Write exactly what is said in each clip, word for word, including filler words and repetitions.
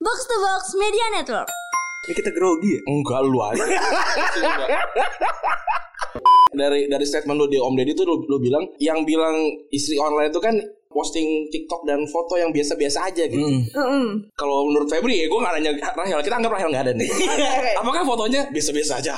Box to Box Media Network. Ini kita grogi ya? Enggak, lu aja. Dari dari statement lu di Om Deddy tuh lu, lu bilang yang bilang istri online itu kan posting TikTok dan foto yang biasa-biasa aja gitu. Mm. Mm-hmm. Kalau menurut Febri ya, gue gak nanya Rahel. Kita anggap Rahel gak ada nih. Apakah fotonya biasa-biasa aja?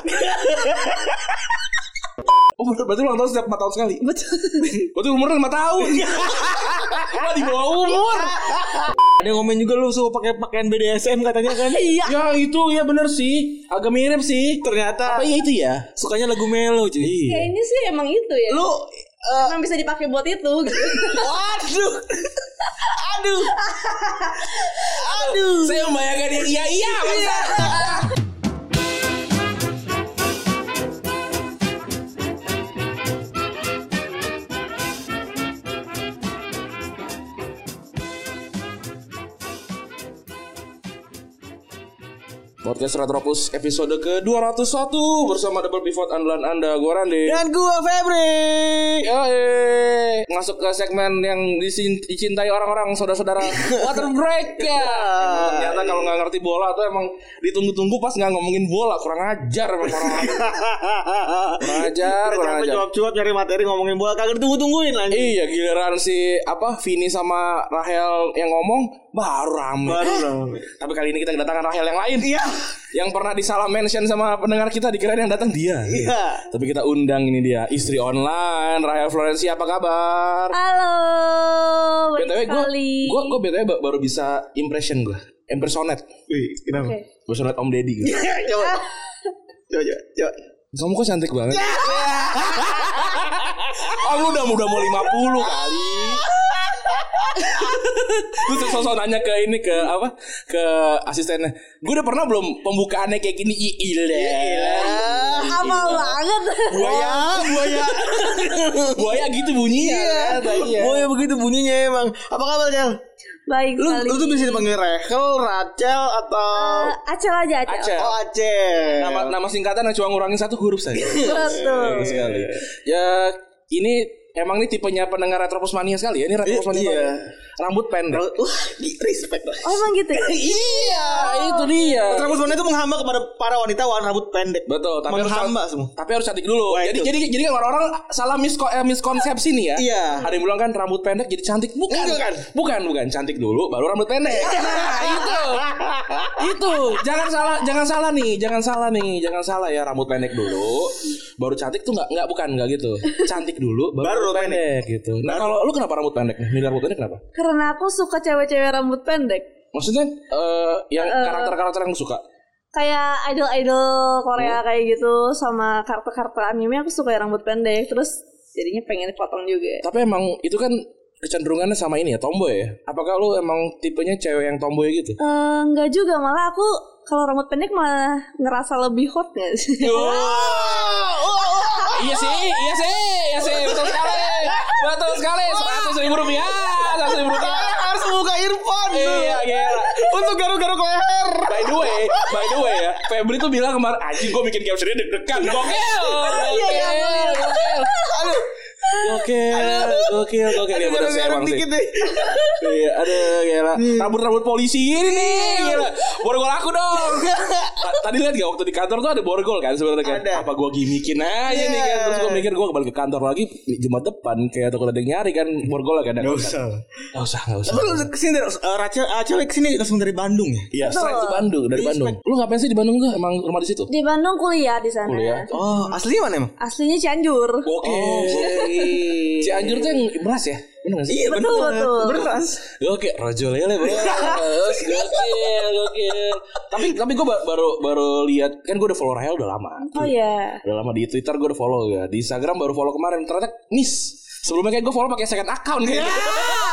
Oh, berarti ulang tahun setiap empat tahun sekali. Betul. Berarti umurnya lima tahun. Wah, di bawah umur. Ada yang komen juga lu suka pakai pakaian B D S M katanya kan? Iya. Ya itu ya benar sih. Agak mirip sih. Ternyata apa ya itu ya? Sukanya lagu melo cuy. Kayaknya sih emang itu ya. Lu uh, emang bisa dipakai buat itu gitu. Waduh. Aduh. Aduh. Saya membayangkan dia iya iya. Iya. Podcast Retropus episode ke dua ratus satu bersama Double Pivot andalan Anda, gue Randy dan gue Febri. Yoi. Masuk ke segmen yang dicintai orang-orang, saudara-saudara. Water break ya. Ternyata kalau nggak ngerti bola tuh emang ditunggu-tunggu pas nggak ngomongin bola. Kurang ajar emang orang-orang. Kurang ajar, kurang ajar. Cuap-cuap nyari materi ngomongin bola kagak ditunggu-tungguin lagi. Iya, giliran si apa Vini sama Rahel yang ngomong baru rame. Baru rame. Tapi kali ini kita kedatangan Rahel yang lain. Iya. Yang pernah disalah mention sama pendengar kita, dikira yang datang dia. Iya. Tapi kita undang ini dia, istri online Rahel Florencia, apa kabar? Halo. B T W gue gue gue B T W baru bisa impression gue, impersonate. Wih, kenapa? Okay. Impersonate Om Deddy gitu. Coba. Coba, coba. Kamu kok cantik banget. Oh, lu udah udah mau lima puluh kali. Terus sosok nanya ke ini ke apa ke asistennya, gue udah pernah belum pembukaannya kayak gini? Iya, apa banget. Buaya, buaya, buaya gitu bunyinya. Iya, buaya begitu bunyinya emang. Apa kabar Cel? Baik lu, sekali. Lu tuh bisa dipanggil Rachel, Rachel atau uh, Acel aja Acel. Acel. Oh Acel. Nama nama singkatan yang cuma ngurangin satu huruf saja. Betul sekali. Ya ini emang ini tipenya pendengar Retropus Mania sekali ya. Ini Retropus Mania. Iya. Rambut pendek. Wah, respect lah. Oh emang gitu ya? Iya, itu dia. Retropus Mania itu menghamba kepada para wanita warna rambut pendek. Betul, tapi menghamba harus semua. Tapi harus cantik dulu. Wah, jadi itu. jadi jadi kan orang-orang salah misko, eh, miskonsepsi nih ya. Iya. Ada yang bilang kan rambut pendek jadi cantik. Bukan. Bukan. Bukan, bukan. Cantik dulu baru rambut pendek. Nah, itu. Itu. Jangan salah, jangan salah nih, jangan salah nih, jangan salah ya, rambut pendek dulu baru cantik tuh enggak enggak bukan enggak gitu. Cantik dulu baru, baru rambut pendek, pendek gitu. Nah, kalau lu kenapa rambut pendek nih? Milih rambut pendek kenapa? Karena aku suka cewek-cewek rambut pendek. Maksudnya uh, yang uh, karakter-karakter yang suka? Kayak idol-idol Korea oh. kayak gitu, sama karakter-karakter anime aku suka yang rambut pendek. Terus jadinya pengen dipotong juga. Tapi emang itu kan kecenderungannya sama ini ya, tomboy ya? Apakah lu emang tipenya cewek yang tomboy gitu? Uh, enggak juga, malah aku kalau rambut pendek malah ngerasa lebih hot gak sih? Oh. Oh. Iya sih, iya sih, iya sih, betul sekali, betul sekali, seratus ribu rupiah, seratus ribu rupiah, harus buka earphone. Iya, gila. Untuk garuk-garuk leher. By the way, by the way ya, Febri tuh bilang kemarin, anjing gue bikin captionnya deg-degan, gokil, gokil, gokil. Aduh. Gokil, gokil, gokil dia bener sih emang sih. Iya, ada gila. Rambut-rambut polisi ini nih, gila. Borgol aku dong. Tadi lihat gak waktu di kantor tuh ada borgol kan sebenarnya kan. Apa gua gimikin aja nih kan. Terus gua mikir gua kembali ke kantor lagi Jumat depan kayak takut ada yang nyari kan borgol kan. Enggak usah. Enggak usah, enggak usah. Lu kesini dari Rachel, Rachel kesini langsung dari Bandung ya? Iya, straight ke Bandung, dari Bandung. Lu ngapain sih di Bandung tuh? Emang rumah di situ? Di Bandung kuliah di sana. Kuliah. Oh, aslinya mana emang? Aslinya Cianjur. Oke. Cianjur tuh yang beras ya? Bener gak sih? Iya betul, betul. Beras. Oke, rojo lele bos. Gokil, gokil. Tapi tapi gue baru baru lihat kan gue udah follow Rahel udah lama. Oh iya. Yeah. Udah lama di Twitter gue udah follow ya. Di Instagram baru follow kemarin. Ternyata miss. Sebelumnya kayak gue follow pakai second account kayak gitu.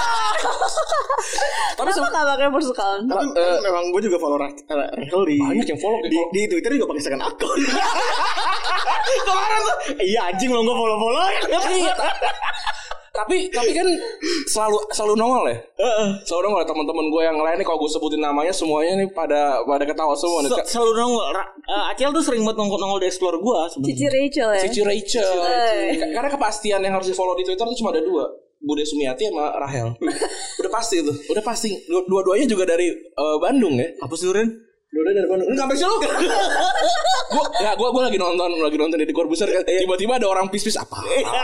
Tapi sama gak pakai first account? Tapi uh, memang gue juga follow Rahel di banyak yang follow di, di Twitter juga pakai second account. Kemarin tuh iya anjing lo gue follow-follow. Iya. Tapi tapi kan selalu selalu nongol ya. Uh, selalu nongol ya, teman-teman gue yang lain nih kalau gue sebutin namanya semuanya nih pada pada ketawa semua. Sel- selalu nongol. Uh, Acel tuh sering banget nongol-nongol di explore gue sebenarnya. Cici Rachel ya. Cici Rachel. K- karena kepastian yang harus di follow di Twitter tuh cuma ada dua. Bude Sumiati sama Rahel. Udah pasti itu. Udah pasti. Dua-duanya juga dari uh, Bandung ya. Apa sih Ren? Dua-duanya dari Bandung. Enggak sampai sih lu. Gua enggak gua gua lagi nonton lagi nonton di Corbuzier kan. Tiba-tiba ada orang pis-pis apa?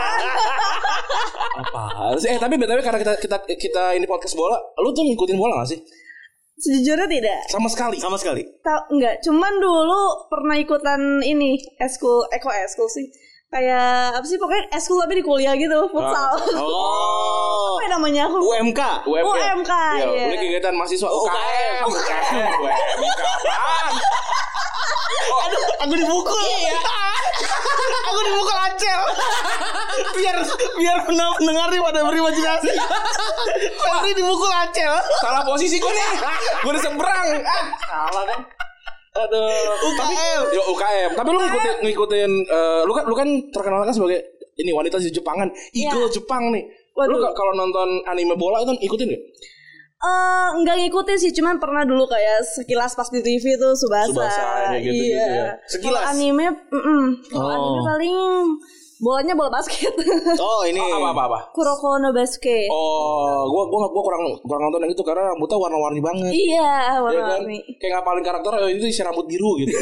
Apa? Eh tapi btw karena kita kita kita ini podcast bola, lu tuh ngikutin bola enggak sih? Sejujurnya tidak. Sama sekali. Sama sekali. Ta- enggak, cuman dulu pernah ikutan ini eskul, eko eskul sih. Kayak apa sih pokoknya eskul tapi di kuliah gitu, futsal. Oh. Apa namanya aku? U M K. U M K. U M K. Iya, Iya. boleh kegiatan mahasiswa U K M. U K M. U M K apaan? Aduh, aku dipukul. Iya. Aku dipukul Acel. biar biar pendengar nih pada berimajinasi. Febri dipukul Acel. Salah posisi gue nih. Gue udah seberang. Ah, salah kan. Aduh, U K M. Yo U K M. Tapi lu ngikutin ngikutin uh, lu kan lu kan terkenal kan sebagai ini wanita di Jepangan, idol Ya. Jepang nih. Waduh. Lu k- kalau nonton anime bola itu ikutin enggak? Eh, enggak ngikutin sih, cuman pernah dulu kayak sekilas pas di T V tuh Subasa. Subasa, kayak gitu-gitu iya. ya. Sekilas. Kalau anime, mm Kalau Oh. anime paling bolanya bola basket. Oh, ini. Oh, apa apa apa? Kuroko no Basket. Oh, gua gua gua kurang kurang nonton yang itu karena rambutnya warna-warni banget. Iya, Ya kan? warna-warni. Kayak ngapalin karakter oh, itu isi rambut biru gitu.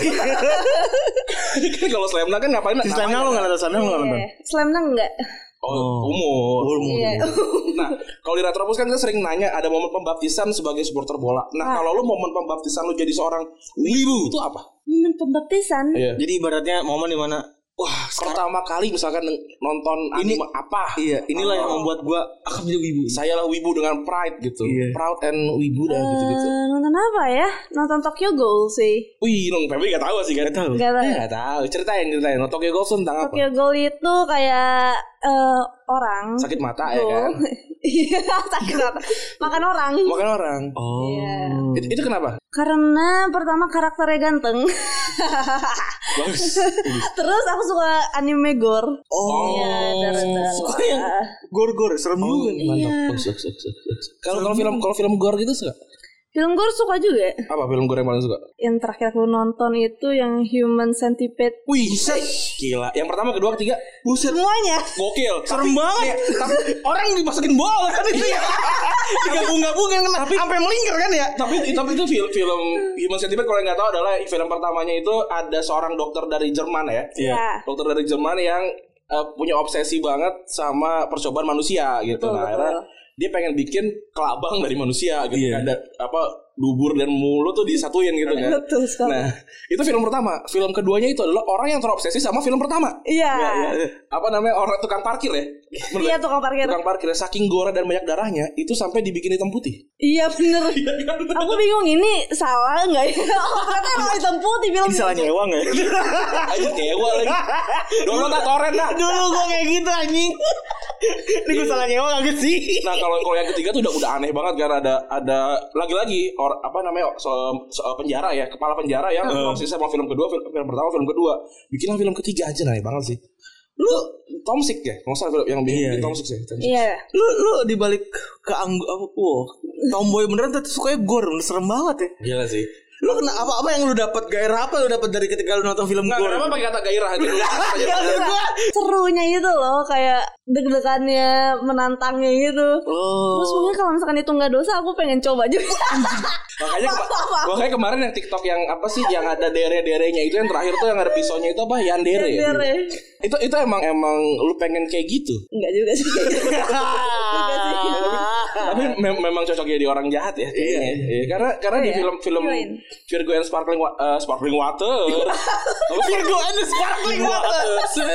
Kan kalau Slam Dunk kan ngapain? Si Slam Dunk lu enggak nonton, Slam Dunk lu enggak nonton. Iya. Slam Dunk enggak? Oh, umur. Iya. Nah, kalau di Retropus kan kita sering nanya ada momen pembaptisan sebagai supporter bola. Nah, Ah. kalau lu momen pembaptisan lu jadi seorang wibu itu apa? Hmm, pembaptisan. Iya. Jadi ibaratnya momen di mana Wah, pertama kali misalkan nonton Ini- anime apa? iya, inilah yang Oh. membuat gua akan menjadi wibu. Saya lah wibu dengan pride gitu. Iya. Proud and wibu dah gitu-gitu. Eh, nonton apa ya? Nonton Tokyo Ghoul sih. Wih, nong Febri gak tahu sih kan? Enggak tahu. Enggak tahu. Eh, gak tahu. Ceritain, ceritain. No, Tokyo Ghoul tentang apa? Tokyo Ghoul itu kayak eh, orang Sakit mata ya Ghoul. kan? Iya, sakit mata. Makan orang. Makan orang. Oh. Iya. Itu, itu kenapa? Karena pertama karakternya ganteng. Bagus. Terus aku suka anime gore. Oh. Iya, darah-darah. Suka yang gor-gor serem juga. Iya. Mantap. Bagus, bagus, bagus, bagus. Kalau kalau film kalau film gore gitu suka? Film gore suka juga. Apa film gore yang paling suka? Yang terakhir aku nonton itu yang Human Centipede. Wih, gila. Yang pertama, kedua, ketiga. Buset. Semuanya. Gokil. Serem Tapi- banget. nih, tapi orang yang dimasukin bola kan itu ya. Digabung-gabung kan tapi sampai melingkar kan ya. tapi tapi itu film film Human Centipede kalau yang nggak tahu adalah film pertamanya itu ada seorang dokter dari Jerman ya. Iya. Dokter dari Jerman yang eh, punya obsesi banget sama percobaan manusia gitu. Betul, Nah, betul. akhirnya dia pengen bikin kelabang dari manusia gitu. Iya. Ada apa dubur dan mulut tuh disatuin gitu kan. Betul sekali. Nah, itu film pertama. Film keduanya itu adalah orang yang terobsesi sama film pertama. Iya. Apa namanya? Orang tukang parkir ya? Bener Iya ya? tukang parkir. Tukang parkir ya, saking gore dan banyak darahnya itu sampai dibikin hitam putih. Iya bener. Aku bingung ini salah nggak ya? Orangnya emang hitam putih film. Ini salah nyewa enggak ya? Aja dewa lagi. Download dah torrent dah. Dulu gua kayak gitu anjing. Ini gua salah nyewa enggak sih? Nah, kalau kalau yang ketiga tuh udah udah aneh banget karena ada ada lagi-lagi or, apa namanya so, so, penjara ya, kepala penjara yang obsesi sama film kedua, film, film pertama, film kedua. Bikinlah film ketiga aja aneh banget sih. Lu Tom Sik ya? Nggak usah film yang bikin Iya, bikin iya. Tom Sik sih. Tom Sik. Iya. Lu lu dibalik ke anggo apa? Wow. Tomboy beneran tapi sukanya gore, bener serem banget ya. Gila sih. Lu kena apa apa yang lu dapat gairah apa lu dapat dari ketika lu nonton film Enggak, gore? kenapa pakai kata gairah aja dulu? Serunya itu loh kayak deg-degannya menantangnya gitu. Oh. Terus mungkin kalau misalkan itu nggak dosa aku pengen coba juga. Makanya kema- makanya kemarin yang TikTok yang apa sih yang ada dere-derenya itu yang terakhir tuh yang ada pisaunya itu apa? Yandere. ya? Yandere. Itu itu emang emang lu pengen kayak gitu. Enggak juga sih. Enggak sih. Tapi mem- memang cocok jadi orang jahat ya kayaknya. Iya, karena karena di Iya, film-film heroin. Virgo and Sparkling wa- eh, Sparkling Water. Apa sih? Virgo and the Sparkling Water.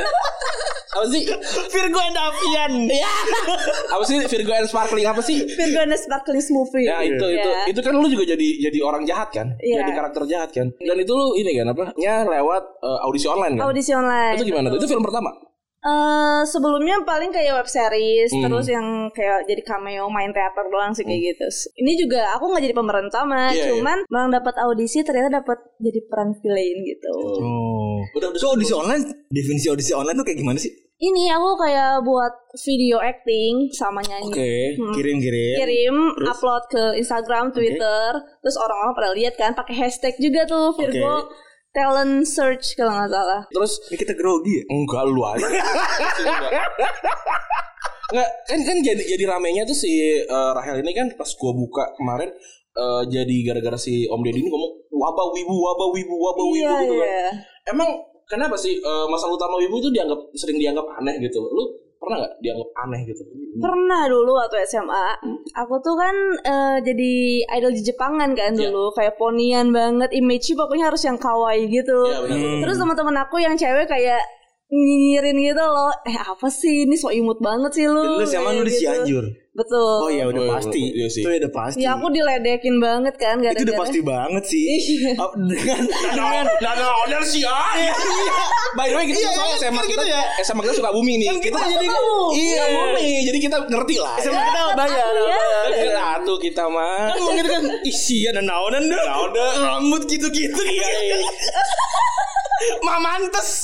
Apa sih? Virgo and Avian. Ya. Apa sih Virgo and Sparkling apa sih? Virgo and the Sparkling Smoothie. Ya itu itu Iya. itu kan lu juga jadi jadi orang jahat kan, Iya. jadi karakter jahat kan. Dan itu lu ini kan apa? Nya lewat eh, audisi online kan. Audisi online. Itu gimana tuh? Itu film pertama. Eh, sebelumnya paling kayak web series, Hmm. terus yang kayak jadi cameo main teater doang sih kayak gitu. Ini juga aku nggak jadi pemeran utama, Iya, cuman memang dapat audisi ternyata dapat jadi peran villain gitu. Oh. Udah udah So audisi online, definisi audisi online tuh kayak gimana sih? Ini aku kayak buat video acting sama nyanyi. Oke, kirim-kirim. Kirim, upload ke Instagram, Twitter, terus orang-orang pada lihat kan, pakai hashtag juga tuh Virgo Oke. Talent Search kalau nggak salah. Terus Ini kita grogi ya? enggak lu aja. Nggak, kan kan jadi jadi ramenya tuh si uh, Rahel ini kan pas gua buka kemarin uh, jadi gara-gara si Om Deddy ini ngomong wabah wibu, wabah wibu, wabah wibu iya, gitu kan. iya. Emang kenapa sih uh, masalah utama wibu tuh dianggap sering dianggap aneh gitu? Lu pernah nggak dianggap aneh gitu? Pernah dulu waktu S M A. Aku tuh kan uh, jadi idol di Jepangan kan dulu, yeah. Kayak ponian banget, image-nya pokoknya harus yang kawaii gitu. Yeah, hmm. Terus teman-teman aku yang cewek kayak nyinyirin gitu loh, eh apa sih ini so imut banget sih lu. Lu sama lu di gitu. Cianjur. Betul. Oh iya udah oh, pasti. Iya sih. Itu udah pasti. Ya aku diledekin banget kan gara-gara. Itu udah pasti banget sih. Dengan dengan dengan order sih ah. By the way kita soal S M A kita ya. S M A kita suka bumi nih. Kita jadi iya bumi. Jadi kita ngerti lah. S M A kita bayar. Satu kita mah. Kan gitu kan isian naonan dah. Naonan rambut gitu-gitu. Iya. Mamantes.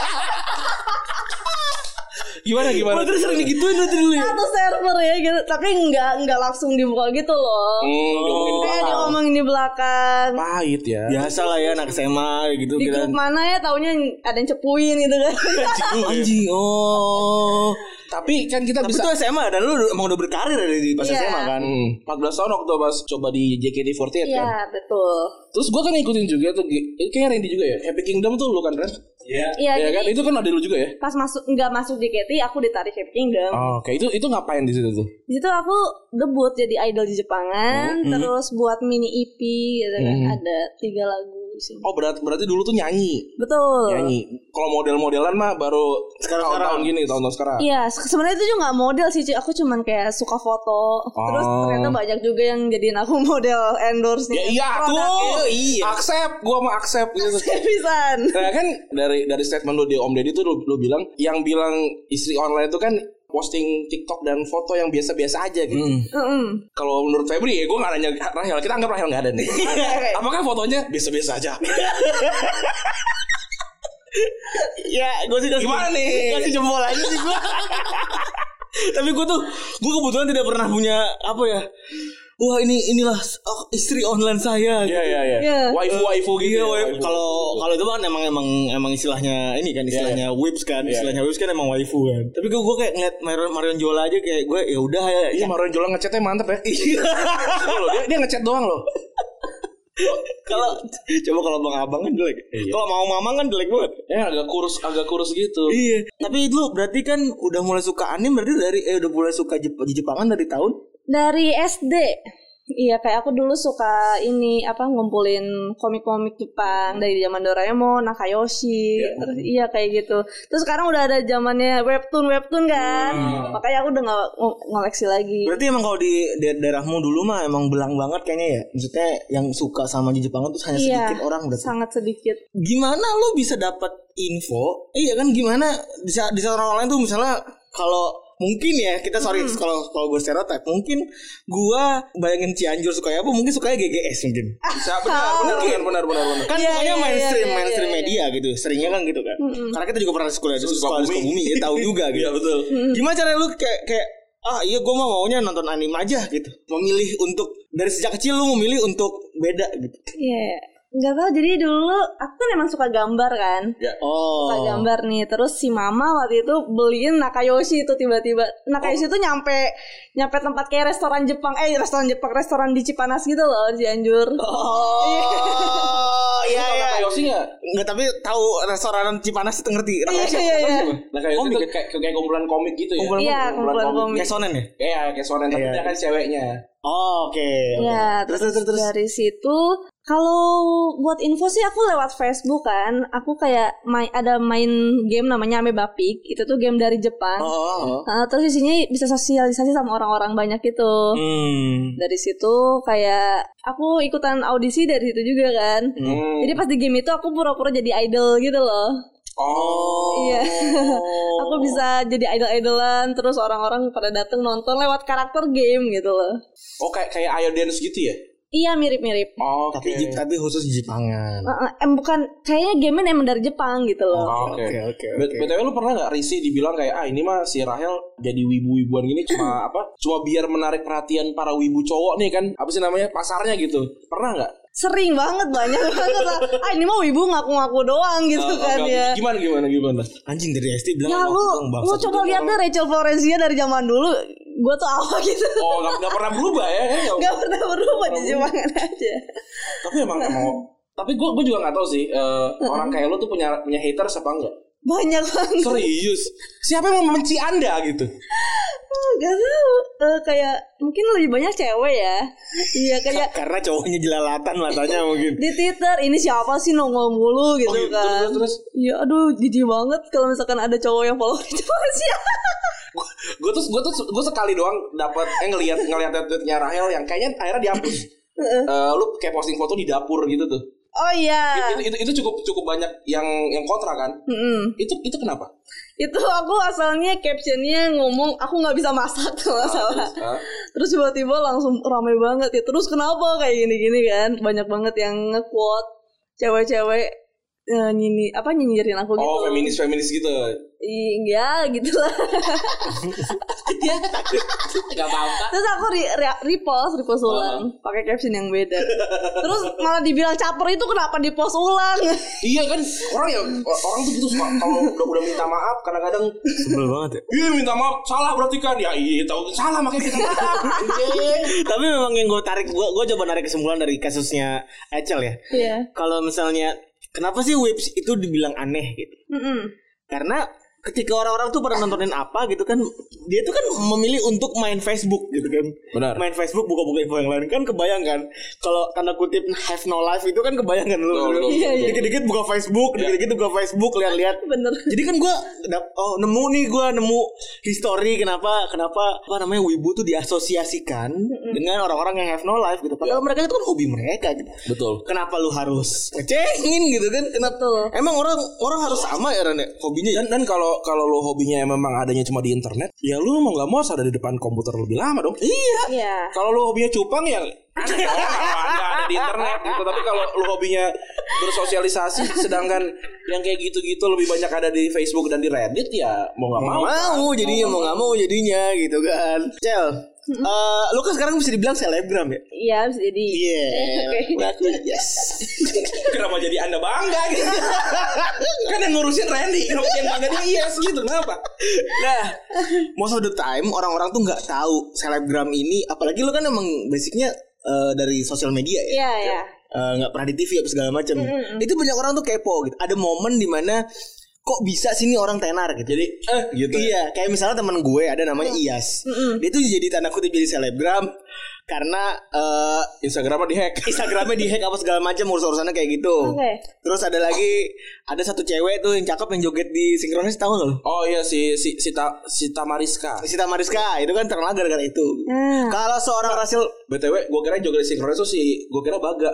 Gimana gimana? Terus sering digituin tuh dulu ya. Satu server ya gitu, tapi enggak enggak langsung dibuka gitu loh. Hmm, oh, kayak dia ngomongin di belakang. Pahit ya. Biasa lah ya anak S M A gitu. Di grup mana ya taunya ada yang cepuin gitu kan. Anjing. Oh. Tapi kan kita Tapi bisa. Tapi itu S M A dan lu emang udah berkarir dari pas yeah. S M A kan. Hmm. empat belas tahun waktu pas coba di J K T empat delapan yeah, kan. Iya betul. Terus gue kan ngikutin juga tuh. Kayaknya Randy juga ya. Happy Kingdom tuh lu kan Ren? Iya. Iya ya, kan itu kan ada lu juga ya. Pas masuk nggak masuk J K T aku ditarik Happy Kingdom. Oh, oke okay. itu itu ngapain di situ tuh? Di situ aku debut jadi idol di Jepangan, hmm. terus buat mini E P gitu kan. Hmm. Ada tiga lagu. Oh berarti berarti dulu tuh nyanyi. Betul. Nyanyi. Kalau model-modelan mah baru sekarang tahun gini tahun-tahun sekarang. Iya, sebenarnya itu juga nggak model sih, aku cuman kayak suka foto. Oh. Terus ternyata banyak juga yang jadiin aku model endorse nih. Ya iya tuh. Oh, iya. Accept, gua mau accept gitu. Pisan. Nah kan dari dari statement lu di Om Deddy tuh lu, lu bilang yang bilang istri online itu kan posting TikTok dan foto yang biasa-biasa aja gitu. Mm. Mm-hmm. Kalau menurut Febri ya gue gak nanya Rahel. Kita anggap Rahel gak ada nih. Apakah fotonya biasa-biasa aja? Ya gue sih kasih, gimana nih? Kasih jempol aja sih gue. Tapi gue tuh gue kebetulan tidak pernah punya apa ya. Wah ini inilah oh, istri online saya. Iya iya iya. Waifu waifu gitu. Iya, kalau kalau itu kan emang emang emang istilahnya ini kan istilahnya yeah. whips kan, yeah. istilahnya whips kan emang waifu kan. Tapi gue gue kayak ngeliat Marion Marion Jola aja kayak gue ya udah ya. Iya Marion Jola ngechatnya mantep ya. Iya. dia dia ngechat doang loh. Kalau coba kalau bang abang kan jelek. Iya. Kalau mau mamang kan jelek banget. Ya agak kurus agak kurus gitu. Iya. Tapi itu berarti kan udah mulai suka anime berarti dari eh udah mulai suka Jep- Jepangan dari tahun? Dari S D. Iya kayak aku dulu suka ini apa ngumpulin komik-komik Jepang dari zaman Doraemon, Nakayoshi, ya. Terus iya kayak gitu. Terus sekarang udah ada zamannya webtoon webtoon kan, hmm. makanya aku udah nggak ng- ngoleksi lagi. Berarti emang kalau di daerahmu dulu mah emang belang banget kayaknya ya. Maksudnya yang suka sama Jepangan tuh hanya iya, sedikit orang berarti. Sangat sedikit. Gimana lo bisa dapat info? Iya kan gimana bisa di saat orang lain tuh misalnya kalau mungkin ya kita sorry hmm. kalau kalau gue stereotip mungkin gue bayangin Cianjur suka apa mungkin sukanya G G S mungkin bisa benar benar benar benar benar benar kan yeah, makanya yeah, mainstream yeah, mainstream yeah, media gitu seringnya kan gitu kan hmm. karena kita juga pernah sekolah di sekolah di Sukabumi ya tahu juga gitu ya, betul. Hmm. Gimana cara lu kayak kayak ah iya gue mah maunya nonton anime aja gitu memilih untuk dari sejak kecil lu memilih untuk beda gitu iya yeah. Nggak tahu, jadi dulu aku kan emang suka gambar kan ya. Oh. Suka gambar nih. Terus si mama waktu itu beliin Nakayoshi itu tiba-tiba Nakayoshi itu oh. nyampe Nyampe tempat kayak restoran Jepang Eh restoran Jepang Restoran di Cipanas gitu loh di Cianjur. Oh iya iya Nakayoshi gak? Nggak tapi tahu restoran Cipanas itu ngerti Nakayoshi iya, iya, iya. Nakayoshi itu kayak, kayak kumpulan komik gitu ya. Kumpulan Iya kumpulan komik Kayak sonen ya? Iya kayak sonen tapi dia kan ceweknya. Oh oke okay. Ya terus, terus, terus dari situ kalau buat info sih aku lewat Facebook kan. Aku kayak main, ada main game namanya Ameba Peak. Itu tuh game dari Jepang. Oh. Nah, terus isinya bisa sosialisasi sama orang-orang banyak itu. Hmm. Dari situ kayak aku ikutan audisi dari situ juga kan. Hmm. Jadi pas di game itu aku pura-pura jadi idol gitu loh. Oh. Iya. Aku bisa jadi idol-idolan terus orang-orang pada datang nonton lewat karakter game gitu loh. Oh kayak kayak Ayo Dance gitu ya? Iya mirip-mirip. Oh, tapi okay. tapi khusus Jepangan. Uh, em bukan kayaknya game emang dari Jepang gitu loh. Oke oke oke. B T W lu pernah nggak risih dibilang kayak ah ini mah si Rahel jadi wibu-wibuan gini cuma apa? Cuma biar menarik perhatian para wibu cowok nih kan? Apa sih namanya pasarnya gitu? Pernah nggak? Sering banget, banyak banget lah. Ah ini mah wibu ngaku-ngaku doang gitu uh, kan okay. ya. Gimana gimana gimana? Anjing dari S D bilang. Ya lu, lu coba lihat deh Rachel Florencia dari zaman dulu. Gue tuh apa gitu. Oh gak, gak pernah berubah ya? Gak, gak pernah berubah di Jepangan aja. Tapi emang emang. Tapi gue gue juga nggak tahu sih uh, orang kayak lu tuh punya punya haters apa enggak? Banyak banget. Serius? Siapa yang mau membenci Anda gitu? Oh, gak tahu. Uh, kayak mungkin lebih banyak cewek ya. Iya kayak karena cowoknya jelalatan matanya mungkin. Di Twitter ini siapa sih nongol mulu gitu, oh, gitu kan. Terus terus. Iya aduh jijik banget kalau misalkan ada cowok yang follow itu siapa. Gue tuh gue tuh gue sekali doang dapat eh ngelihat ngelihat tweetnya Rahel yang kayaknya akhirnya dihapus. uh, lu kayak posting foto di dapur gitu tuh. Oh iya. Itu, itu itu cukup cukup banyak yang yang kontra kan? Mm-hmm. Itu itu kenapa? Itu aku asalnya captionnya ngomong aku nggak bisa masak kalau nggak salah. Terus, ah? Terus tiba-tiba langsung ramai banget ya. Terus kenapa kayak gini-gini kan? Banyak banget yang nge-quote cewek-cewek uh, nyini apa nyinyirin aku gitu. Oh feminis feminis gitu. Iya gitulah. Ya nggak apa-apa. Terus aku re- re- repost repost ulang uh-huh. pakai caption yang beda. Terus malah dibilang caper itu kenapa dipost ulang? Iya kan orang ya orang tuh gitu suka kalau udah udah minta maaf kadang-kadang sebel banget ya. Iya minta maaf salah berarti kan ya iya tahu salah makanya minta maaf. Tapi memang yang gue tarik gue gue coba narik kesimpulan dari kasusnya Echel ya. Iya. Kalau misalnya kenapa sih Webs itu dibilang aneh gitu? Mm-mm. Karena ketika orang-orang tuh pada nontonin apa gitu kan dia tuh kan memilih untuk main Facebook gitu kan. Benar. Main Facebook buka-buka info yang lain kan kebayang kan kalau tanda kutip have no life itu kan kebayang kan lu. Oh, iya, iya. Dikit-dikit buka Facebook, yeah. dikit-dikit buka Facebook lihat-lihat. Bener. Jadi kan gue oh nemu nih gue nemu history kenapa kenapa apa namanya wibu tuh diasosiasikan mm-hmm. dengan orang-orang yang have no life gitu. Padahal yeah. mereka itu kan hobi mereka gitu. Betul. Kenapa lu harus ngecengin gitu kan? Kenapa? Emang orang orang harus sama ya Ran hobinya. Dan dan kalau kalau lo hobinya memang adanya cuma di internet, ya lo mau nggak mau harus ada di depan komputer lebih lama dong. Iya. Iya. Kalau lo hobinya cupang ya aneh dong, nggak ada di internet gitu. Tapi kalau lo hobinya bersosialisasi, sedangkan yang kayak gitu-gitu lebih banyak ada di Facebook dan di Reddit, ya mau nggak mau. Mau jadinya mau nggak mau jadinya gitu kan. Cel. Uh, lu kan sekarang bisa dibilang selebgram ya? Iya bisa jadi. Iya. Yeah. Okay. Yes. Kenapa jadi Anda bangga gitu? Kan yang ngurusin Randy, kenapa yang bangga dia yes gitu? Kenapa? Nah, most of the time orang-orang tuh nggak tahu selebgram ini, apalagi lu kan emang basicnya uh, dari sosial media ya. Iya yeah, iya. Yeah. Nggak uh, pernah di T V apa segala macam. Mm-hmm. Itu banyak orang tuh kepo gitu. Ada momen dimana kok bisa sih nih orang tenar gitu. Jadi eh gitu. Iya, kayak misalnya teman gue ada namanya Iyas. Mm-hmm. Dia tuh jadi tanda kutip jadi selebgram karena uh, Instagramnya dihack. Instagramnya dihack apa segala macam urus-urusannya kayak gitu. Okay. Terus ada lagi ada satu cewek tuh yang cakep yang joget di sinkronis tahu enggak lo? Oh iya si si Sita Sita Mariska. Sita Mariska itu kan terkenal gara-gara itu. Hmm. Kalau seorang Rasil B T W gue kira joget di sinkronis tuh si gue kira Baga.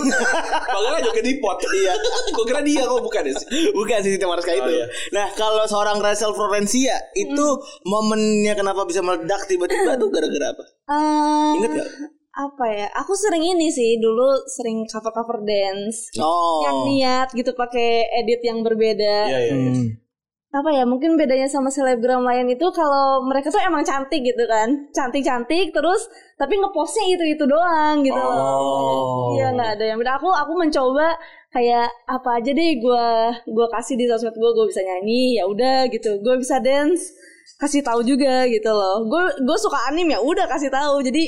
Baga kan joget di pot. Iya. Gue kira dia kok bukan deh. Bukan si Sita Mariska itu. Oh, iya. Nah, kalau seorang Rachel Florencia itu hmm. momennya kenapa bisa meledak tiba-tiba tuh gara-gara apa? Uh, Ingat gak? Apa ya? Aku sering ini sih dulu sering cover-cover dance. Oh. Yang niat gitu pakai edit yang berbeda. Iya, iya. Hmm. Apa ya? Mungkin bedanya sama selebgram lain itu kalau mereka tuh emang cantik gitu kan. Cantik-cantik terus tapi ngepostnya itu-itu doang gitu. Oh. Iya, enggak ada yang beda. Aku aku mencoba kayak apa aja deh gue gue kasih di sosmed gue, gue bisa nyanyi ya udah gitu, gue bisa dance kasih tahu juga gitu loh, gue gue suka anime ya udah kasih tahu, jadi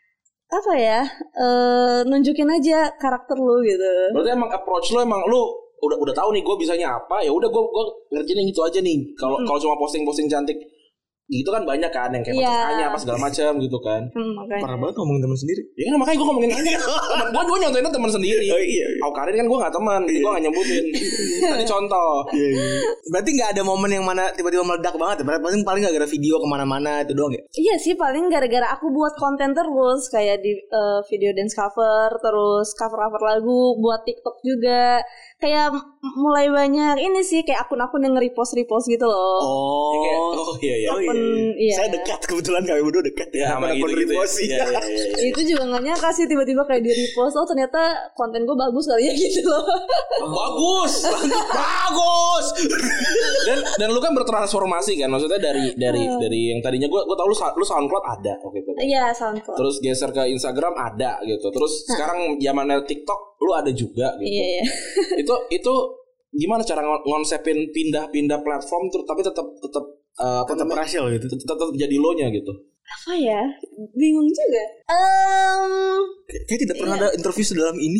apa ya e, nunjukin aja karakter lu gitu. Berarti emang approach lu emang lu udah udah tahu nih gue bisanya apa, ya udah gue gue ngerjain yang itu aja nih. Kalau hmm. kalau cuma posting-posting cantik gitu kan banyak kan yang kayak yeah. macam apa segala macam gitu kan. Hmm, parah banget ngomongin teman sendiri. Ya kan makanya gue ngomongin aja. Temen gue gue nyontohin teman sendiri. Oh iya. Au Karin kan gue nggak teman, gue nggak nyebutin. Tadi contoh. Iya, iya. Berarti nggak ada momen yang mana tiba-tiba meledak banget. Berarti paling paling gara-gara video kemana-mana itu doang ya? Iya sih paling gara-gara aku buat konten terus kayak di uh, video dance cover, terus cover-cover lagu, buat TikTok juga. Kayak mulai banyak ini sih kayak akun-akun yang nge-repost-repost gitu loh. Oh, oh iya iya. Akun iya. Saya dekat kebetulan kami berdua dekat ya sama gitu gitu ya. Ya, ya, ya, ya. Itu juga nggak nyangka sih tiba-tiba kayak di repost, oh ternyata konten gue bagus kali ya gitu loh. Oh, bagus, bagus. Dan dan lu kan bertransformasi kan, maksudnya dari dari uh. dari yang tadinya gue gue tau lu lu SoundCloud ada oke gitu. Iya SoundCloud. Terus geser ke Instagram ada gitu. Terus huh. sekarang zamannya TikTok lu ada juga gitu. Iya, iya. itu itu gimana cara ngonsepin pindah-pindah platform terus tapi tetap tetap uh, tetap berhasil gitu. Tetap, tetap jadi lo-nya gitu. Apa ya? Bingung juga. Um, Kayak tidak pernah iya. ada interview sedalam ini.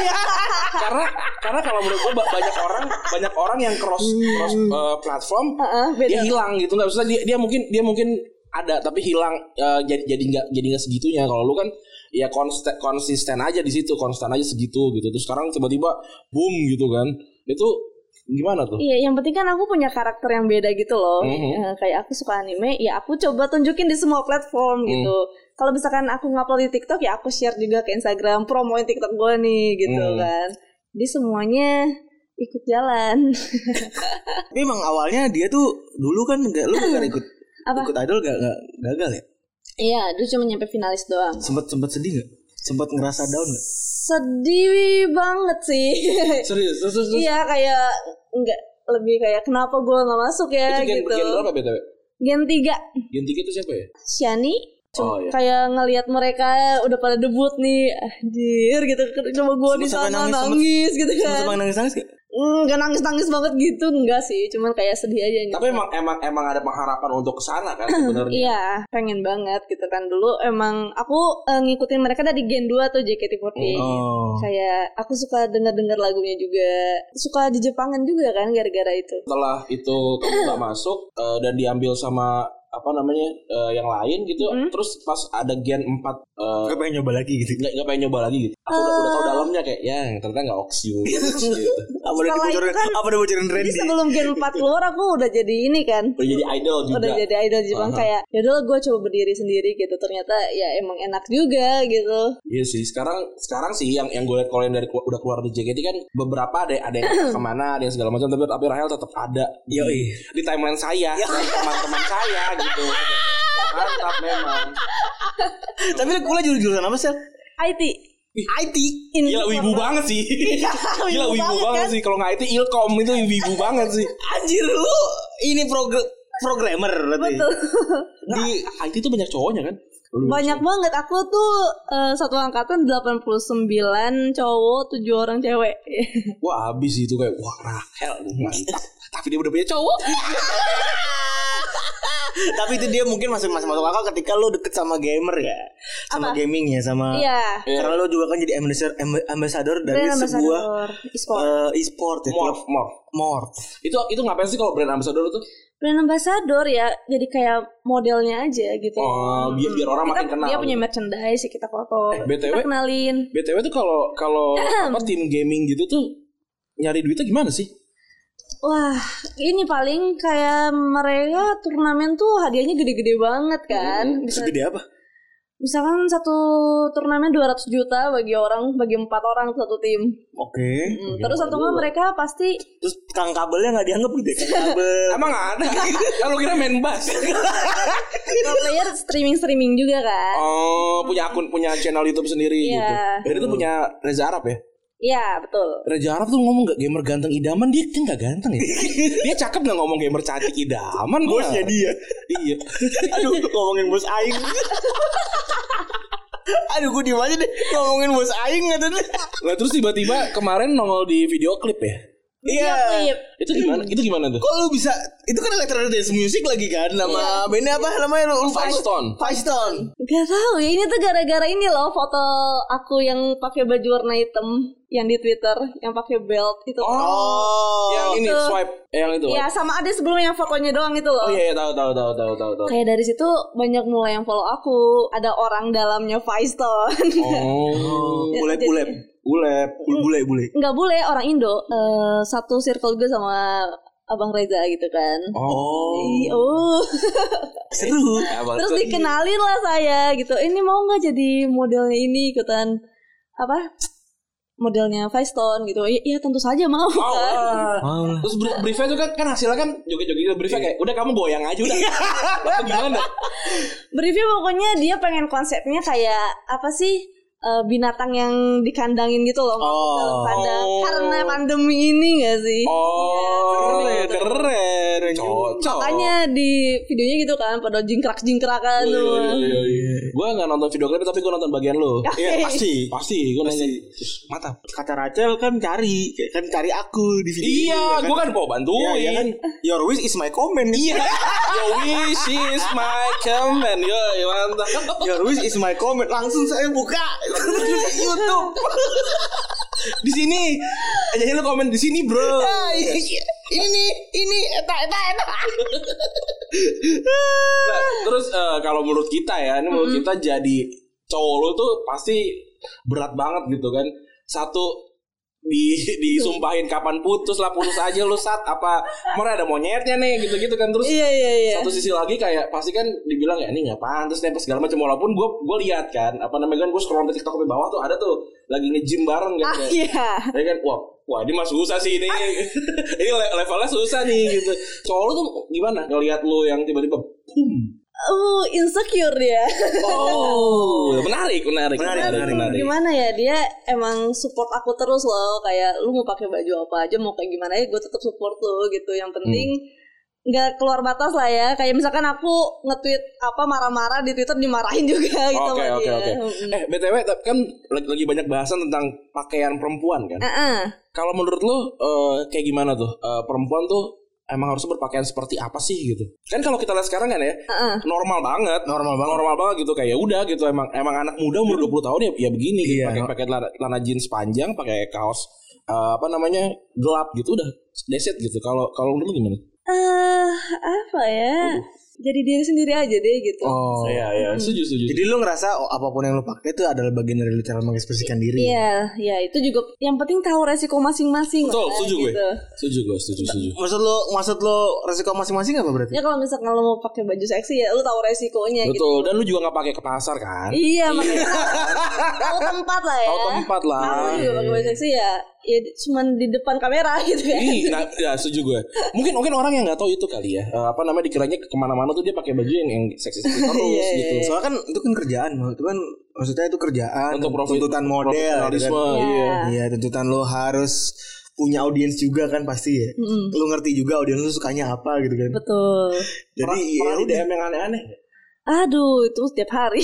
karena karena kalau menurut gue banyak orang banyak orang yang cross cross uh, platform uh-uh, dia hilang gitu nggak usah dia dia mungkin dia mungkin ada tapi hilang uh, jadi jadi nggak jadi nggak segitunya. Kalau lu kan ya konsisten konsisten aja di situ konsisten aja segitu gitu. Terus sekarang tiba-tiba boom gitu kan. Itu gimana tuh? Iya, yang penting kan aku punya karakter yang beda gitu loh. Mm-hmm. Uh, kayak aku suka anime, ya aku coba tunjukin di semua platform mm. gitu. Kalau misalkan aku ngupload di TikTok, ya aku share juga ke Instagram, promoin TikTok gue nih gitu mm. kan. Jadi semuanya ikut jalan. Tapi emang awalnya dia tuh dulu kan nggak lu nggak ikut Apa? ikut idol nggak nggak gagal ya? Iya, dulu cuma nyampe finalis doang. Sempet sempet sedih nggak? Sempet ngerasa down nggak? Sedih banget sih. Serius, terus, terus. Iya kayak enggak lebih kayak kenapa gue nggak masuk ya itu gen, gitu. Gen berapa B T W? Gen tiga. Gen tiga itu siapa ya? Shani. Oh, iya. Kayak ngelihat mereka udah pada debut nih, anjir gitu. Coba gue di sana nangis, nangis gitu kan. Sempat nangis nangis gak? Enggak nangis-nangis banget gitu, enggak sih, cuman kayak sedih aja gitu. Tapi emang emang emang ada pengharapan untuk kesana kan sebenarnya. Iya, pengen banget gitu kan. Dulu emang aku uh, ngikutin mereka dari Gen dua atau J K T empat delapan. Oh. Kayak aku suka denger-denger lagunya juga. Suka di Jepangan juga kan gara-gara itu. Setelah itu kamu gak masuk uh, dan diambil sama apa namanya uh, yang lain gitu, mm. terus pas ada gen empat uh, gak pengen nyoba lagi gitu, gak, gak pengen nyoba lagi gitu. Aku uh, udah, udah tau dalamnya kayak ya ternyata gak oksiu gitu. Apa udah dibocorin kan, apa udah bocorin Randy. Jadi sebelum gen empat keluar aku udah jadi ini kan, udah jadi idol juga, udah jadi idol Jepang. Uh-huh. Kayak yaudah gue coba berdiri sendiri gitu, ternyata ya emang enak juga gitu. Iya sih, sekarang sekarang sih yang yang gue liat kalau yang dari udah keluar di J K T kan beberapa ada ada yang kemana, ada yang segala macam, tapi tapi Rahel tetap ada di, di timeline saya dan teman-teman saya gitu. Mantap memang. Tapi lu kuliah jurusan apa sih? I T. I T. Gila wibu banget sih. Gila wibu banget, banget kan? Sih. Kalau nggak I T Ilkom itu wibu banget sih. Anjir lu ini progr- programmer berarti. Betul. Di I T tuh banyak cowoknya kan? Banyak banget. Aku tuh uh, satu angkatan delapan puluh sembilan cowok, tujuh orang cewek. Wah habis itu kayak wah Rahel mantap. Tapi dia udah punya cowok. Tapi itu dia mungkin masih masih masuk akal ketika lu deket sama gamer ya, sama apa? Gaming ya, sama iya. Karena lu juga kan jadi ambassador ambassador dari brand sebuah e-sport, uh, e-sport ya, Morph, Morph, Morph. Itu itu ngapain sih kalau brand ambassador itu? Brand ambassador ya, jadi kayak modelnya aja gitu. Oh, biar biar orang kita, makin kenal. Dia punya merchandise, kita foto, eh, B T W, kita kenalin. B T W tuh kalau kalau apa tim gaming gitu tuh nyari duitnya gimana sih? Wah, ini paling kayak mereka turnamen tuh hadiahnya gede-gede banget kan. Hmm, bisa, gede apa? Misalkan satu turnamen dua ratus juta bagi orang, bagi empat orang satu tim. Oke. Okay. Hmm, terus satu nggak mereka pasti. Terus kang kabelnya nggak dianggap gitu ya? Kabel. Emang ada? Kalau kira main bass. Pro player streaming-streaming juga kan. Oh, punya akun, punya channel YouTube sendiri yeah. gitu. Dan itu punya Reza Arab ya? Iya betul. Reza Arab tuh ngomong gak gamer ganteng idaman, dia kan gak ganteng ya. Dia cakep gak ngomong gamer cantik idaman. Bosnya dia. Iya. Aduh ngomongin bos aing. Aduh gue diem aja deh ngomongin bos aing gitu deh. Nah terus tiba-tiba kemarin nongol di video klip ya. Iya. Itu gimana? Itu gimana tuh? Kok lu bisa? Itu kan electronic dance music lagi kan nama yeah. bandnya apa namanya? Five Stone. Five Stone. Gak tahu ya, ini tuh gara-gara ini loh foto aku yang pakai baju warna hitam yang di Twitter yang pakai belt itu. Oh. Yang ini itu. Swipe yang itu. Ya sama ada sebelumnya yang fotonya doang itu loh. Oh iya, iya tahu tahu tahu tahu tahu tahu. Kayak dari situ banyak mulai yang follow aku. Ada orang dalamnya Five Stone. Oh. Bulep-bulep. Bule, bule, bule. Enggak bule, orang Indo. Uh, satu circle gue sama Abang Reza gitu kan. Oh. Oh. Seru. Terus dikenalin lah saya gitu. Ini mau nggak jadi modelnya ini ikutan apa? modelnya Firestone gitu. Iya, iya tentu saja mau. Mau kan. lah. Mau lah. Terus brief- briefnya tuh kan kan hasilnya kan joget-joget briefnya kayak udah kamu goyang aja udah. Gimana? Briefnya pokoknya dia pengen konsepnya kayak apa sih? Uh, binatang yang dikandangin gitu loh, Oh. dalam kandang karena pandemi ini nggak sih? Oh, Keren, keren. cocok. Makanya di videonya gitu kan pada jingkrak-jingkrakan tuh. Gue nggak nonton video klip tapi gue nonton bagian lo. Iya pasti. Pasti gue nonton. Pasti. Mantap. Kata Rachel kan cari, kan cari aku di video. Iya, gue kan mau bantuin. Iya, kan? Your wish is my comment. Iya. Your wish is my comment. Yo, mantap. Your wish is my comment. Langsung saya buka YouTube. Di sini aja lu komen di sini, Bro. Ah, iya, iya. Ini nih, ini eta eta eta. Nah, terus uh, kalau menurut kita ya, ini menurut kita jadi cowok lu tuh pasti berat banget gitu kan. Satu di disumpahin kapan putus lah, putus aja lu Sat, apa mereka ada monyetnya nih gitu-gitu kan. Terus Iya iya iya. satu sisi lagi kayak pasti kan dibilang ya ini nggak pantas deh segala macam, walaupun gue gue lihat kan apa namanya kan gue scroll di TikTok di bawah tuh ada tuh lagi nge-gym bareng kan. Ah iya. Ya kan, wah, wah ini mah susah sih ini. Ini levelnya susah nih gitu. Cowok lu tuh gimana ngelihat lu yang tiba-tiba boom. Uh, insecure dia. Oh, menarik, menarik, Menarik, menarik, menarik. Gimana ya, dia emang support aku terus loh. Kayak lu mau pakai baju apa aja, mau kayak gimana ya, gue tetap support lu gitu. Yang penting nggak hmm. keluar batas lah ya. Kayak misalkan aku nge-tweet apa marah-marah di Twitter dimarahin juga gitu. Oke, oke, oke. Eh, B T W kan lagi, lagi banyak bahasan tentang pakaian perempuan kan. Uh-uh. Kalau menurut lu uh, kayak gimana tuh? Uh, perempuan tuh emang harus berpakaian seperti apa sih gitu? Kan kalau kita lihat sekarang kan ya, uh-uh. normal banget, normal banget, normal banget gitu kayak udah gitu emang emang anak muda umur dua puluh tahun ya ya begini gitu, iya, pakai pakai lana, lana jeans panjang, pakai kaos uh, apa namanya gelap gitu udah deset gitu. Kalau kalau menurut lu gimana? Eh uh, apa ya? Uh. Jadi diri sendiri aja deh gitu. Oh iya iya, setuju setuju. Jadi lu ngerasa oh, apapun yang lu pakai itu adalah bagian dari lu cara mengekspresikan diri. Iya, iya itu juga yang penting tahu resiko masing-masing. Betul, kan, setuju gitu. gue. Setuju gue, setuju setuju. Maksud lu maksud lu resiko masing-masing apa berarti? Ya kalau misalkan lu mau pakai baju seksi ya lu tahu resikonya. Betul, gitu. Dan lu juga enggak pakai ke pasar kan? Iya, makanya tahu tempat lah ya. Tahu tempat lah. Kamu juga pakai baju seksi ya. Ya cuman di depan kamera gitu kan. Ih, nah, ya setuju gue. Mungkin mungkin orang yang nggak tahu itu kali ya. Uh, apa namanya dikiranya kemana-mana tuh dia pakai baju yang yang seksi-seksi terus yeah, gitu. Soalnya kan itu kan kerjaan, itu kan maksudnya itu kerjaan untuk profit, tuntutan model, profesionalisme, kan? iya. Iya, tuntutan lo harus punya audiens juga kan pasti ya. Mm-hmm. Lo ngerti juga audiens lo sukanya apa gitu kan. Betul. Jadi pernah ya di D M yang aneh-aneh. Aduh, itu setiap hari.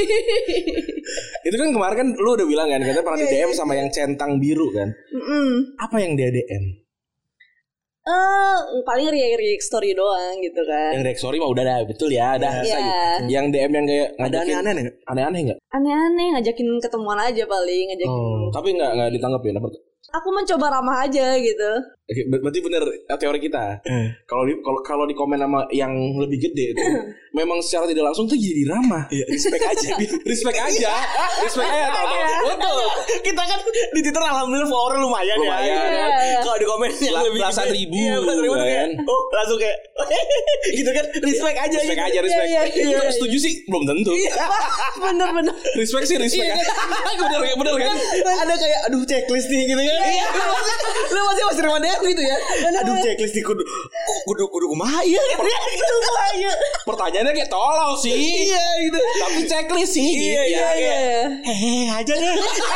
Itu kan kemarin kan lu udah bilang kan katanya pernah di D M sama yang centang biru kan. Mm-mm. Apa yang dia D M? Eh, uh, paling react story doang gitu kan. Yang react story mah udah dah, betul ya, dah. Yeah. Yang D M yang kayak ada aneh-aneh enggak? Aneh-aneh enggak? Aneh-aneh ngajakin ketemuan aja paling, ngajakin. Oh, tapi enggak enggak ditanggepin apa? Aku mencoba ramah aja gitu. Oke, berarti bener teori kita. Kalau di kalau kalau di komen sama yang lebih gede itu, memang secara tidak langsung tuh jadi ramah. Iya, respect aja. respect aja. Respect aja tau tau. Betul. Kita kan di Twitter alhamdulillah follower lumayan, lumayan ya. ya. Kalau di komen yang La, lebih belasan ribu, iya, belasan ribu kan. Kayak, oh, langsung kayak gitu kan, respect aja. Respect gitu. aja, respect. Iya, iya, iya. Itu setuju sih belum tentu. Bener-bener. Respect sih, respect. bener bener kan. Ada kayak aduh checklist nih gitu kan. Iya. Lu masih masih terima D M gitu ya. Aduh checklist nih kudu kudu kudu kumaha ieu. Iya. Pertanyaannya kayak tolol sih. Iya gitu. Tapi checklist sih. Iya iya iya. Hehe aja deh.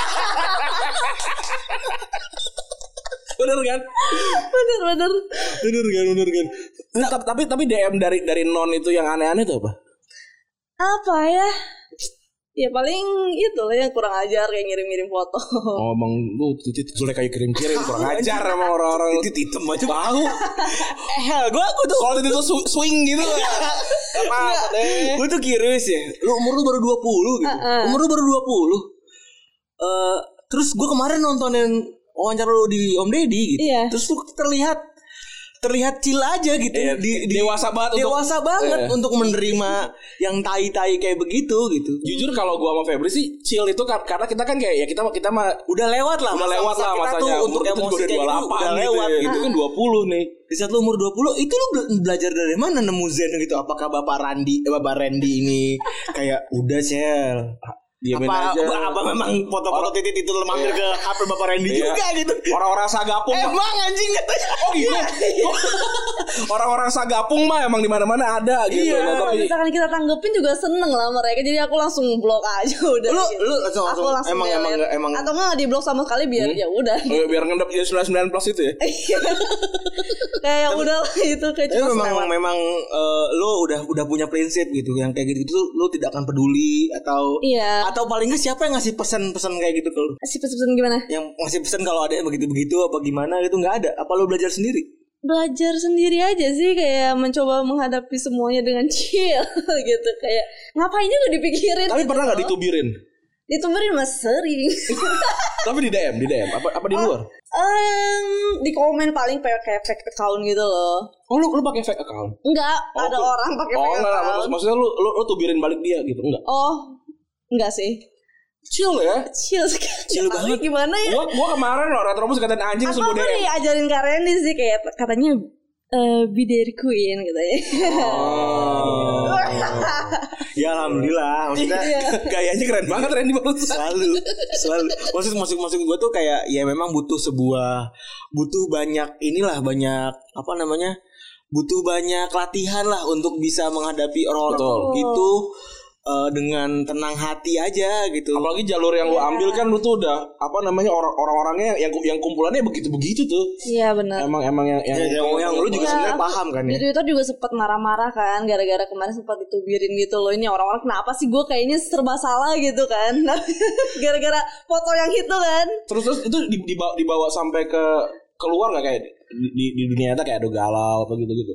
Bener kan? Bener bener. Bener kan, bener kan. Nah, tapi tapi D M dari dari non itu yang aneh-aneh itu apa? Apa ya? Ya paling itu lah yang kurang ajar kayak ngirim-ngirim foto. Oh bang, lu titit jelek kayak kirim-kirim kurang ajar sama orang-orang. Titit hitam aja bau. Eh hell, gue aku tuh kalau titit tuh swing gitu. Apa deh? Gue tuh curious ya. Lu umur lu baru dua puluh gitu. Uh-uh. Umur lu baru dua puluh. Uh, terus gue kemarin nontonin wawancara lu di Om Deddy gitu. Iya. Terus lu terlihat terlihat chill aja gitu, eh, di, di dewasa banget dewasa untuk, banget eh. untuk menerima yang tai-tai kayak begitu gitu. Jujur kalau gua sama Febri sih chill itu karena kita kan kayak ya kita kita mah udah lewat lah, udah lewat lah masanya untuk emosi kayak gitu udah lewat gitu, ya. Itu kan dua puluh nih. Di saat lu umur dua puluh itu lu belajar dari mana nemu zen gitu? Apakah Bapak Randi, eh, Bapak Randy ini kayak udah Cel, Diamin apa, aja. apa, apa memang foto-foto titit itu mampir ke H P Bapak Randy Iya. juga gitu. Orang-orang Sagapung mah- Emang anjing katanya. Oh gitu. Orang-orang Sagapung mah emang di mana-mana ada gitu. Iya. Nah, Kalau tapi misalkan kita tanggepin juga seneng lah mereka. Jadi aku langsung blok aja udah. Lu gitu. lu langsung, aku langsung langsung emang delete. emang emang emang atau enggak di blok sama sekali biar ya udah. oh, biar ngendap ya sembilan puluh sembilan plus itu ya. Kayak udah lah itu kayak Tapi cuma memang selewat. memang uh, lo udah udah punya prinsip gitu yang kayak gitu tuh lo tidak akan peduli atau Iya. atau paling nggak siapa yang ngasih pesan-pesan kayak gitu ke lo? Si pesan gimana? Yang ngasih pesan kalau ada yang begitu-begitu apa gimana gitu nggak ada? Apa lo belajar sendiri? Belajar sendiri aja sih, kayak mencoba menghadapi semuanya dengan chill gitu. Kayak ngapain juga dipikirin. Tapi gitu pernah nggak loh. ditubirin? Dituberin mas sering. Tapi di D M, di D M apa apa di luar? um, di komen paling pakai fake account gitu loh. Oh lu lu pakai fake account? Enggak, Oh, ada tuh. orang pakai Oh fake enggak, account. maksud, maksudnya lu, lu lu tubirin balik dia gitu enggak? Oh, enggak sih. Chill ya. Chill sekali. Chill Tapi banget. Gimana ya? Gua gua kemarin loh Retrobus katain anjing Apa semua aku D M. diajarin Kak Randy sih kayak katanya eh be their queen gitu ya. Oh. Ya alhamdulillah maksudnya Iya. Gayanya keren banget Randy barusan. selalu selalu maksud maksud maksud gue tuh kayak ya memang butuh sebuah butuh banyak inilah banyak apa namanya butuh banyak latihan lah untuk bisa menghadapi orang-orang Betul. gitu eh, dengan tenang hati aja gitu. Apalagi jalur yang lu ambil kan lu tuh udah apa namanya orang orang-orangnya yang yang kumpulannya begitu-begitu tuh. Iya benar. Emang emang yang yang, Ya, yang, yang lu juga Iya, sebenarnya aku paham kan Di ya. Twitter juga sempat marah-marah kan gara-gara kemarin sempat ditubirin gitu loh. Ini orang-orang kenapa sih gue kayaknya serba salah gitu kan. Gara-gara foto yang itu kan. terus terus itu dibawa, dibawa sampai ke keluar nggak kayak di, di, di dunia nyata kayak ada galau apa gitu-gitu.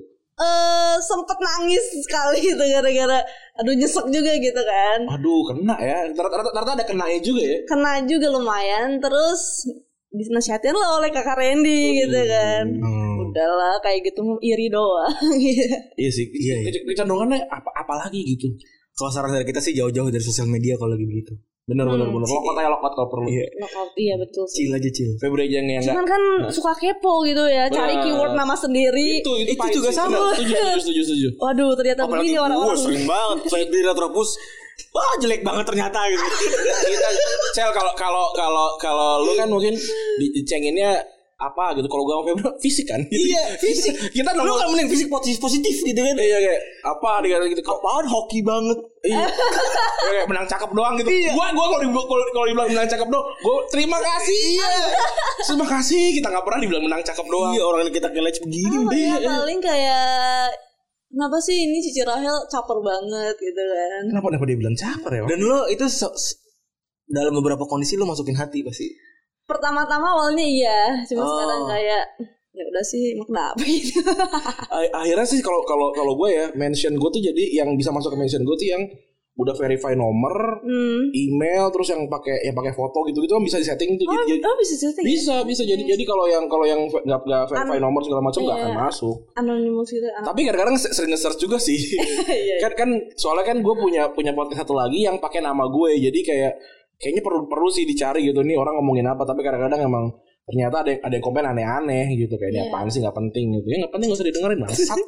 Eh sempet nangis sekali gitu gara-gara aduh nyesek juga gitu kan. Aduh kena ya. Ternyata ternyata ada kenanya juga ya. Kena juga lumayan. Terus dinasihatin lah oleh kakak Randy gitu kan. Hmm. Udahlah kayak gitu iri doang. Iya sih. Iya, iya. Ke- Kecenderungannya apa apa lagi gitu. Kalau saran dari kita sih jauh-jauh dari sosial media kalau lagi begitu. Bener bener Hmm. bener. Lokot aja lokot kalau perlu. Iya. Knockout, iya betul sih. Chill aja chill. Febri aja yang enggak. Cuman kan suka kepo gitu ya, cari Benar. keyword nama sendiri. Itu itu, Itu pahit juga sih. sama. Bener, Setuju setuju setuju setuju. Waduh, ternyata Apalagi begini gue orang-orang. sering banget Febri Retropus. Wah jelek banget ternyata gitu. Kita Cel kalau kalau kalau kalau lu kan mungkin di- dicenginnya apa gitu. Kalau gua sama Febri fisik kan. Iya fisik. Kita Lu nomor kan mending fisik positif positif gitu kan. iya kayak apa dikata gitu. Apaan hoki banget. Iya. Kayak menang cakep doang gitu. Gua gua kalau dibilang kalau kalau dibilang menang cakep doang, gua terima kasih. Iya. Terima kasih. Kita enggak pernah dibilang menang cakep doang. Iya orang yang kita kelec begini. Oh, Iya. ya, paling kayak kenapa sih ini Cici Rahel caper banget gitu kan. Kenapa kenapa dia bilang caper ya? Dan lo itu so- s- dalam beberapa kondisi lo masukin hati pasti. Pertama-tama awalnya iya, cuma Oh. sekarang kayak ya udah sih emang kenapa gitu. A- akhirnya sih kalau kalau kalau gue ya mention gue tuh jadi yang bisa masuk ke mention gue tuh yang udah verify nomor, Hmm. email, terus yang pakai yang pakai foto gitu gitu kan bisa disetting tuh. Oh, Jadi, jadi- oh bisa setting. bisa bisa jadi jadi kalau yang kalau yang ve- nggak nggak verify An- nomor segala macam nggak iya. akan masuk. Anonymous gitu. An- Tapi kadang-kadang se- sering nge-search juga sih. Iya. kan kan soalnya kan gue punya punya podcast satu lagi yang pakai nama gue, jadi kayak kayaknya perlu perlu sih dicari gitu nih orang ngomongin apa. Tapi kadang-kadang emang ternyata ada yang ada yang komen aneh-aneh gitu kayak ini Iya. apaan sih nggak penting gitu ya nggak penting nggak usah didengerin bangsat.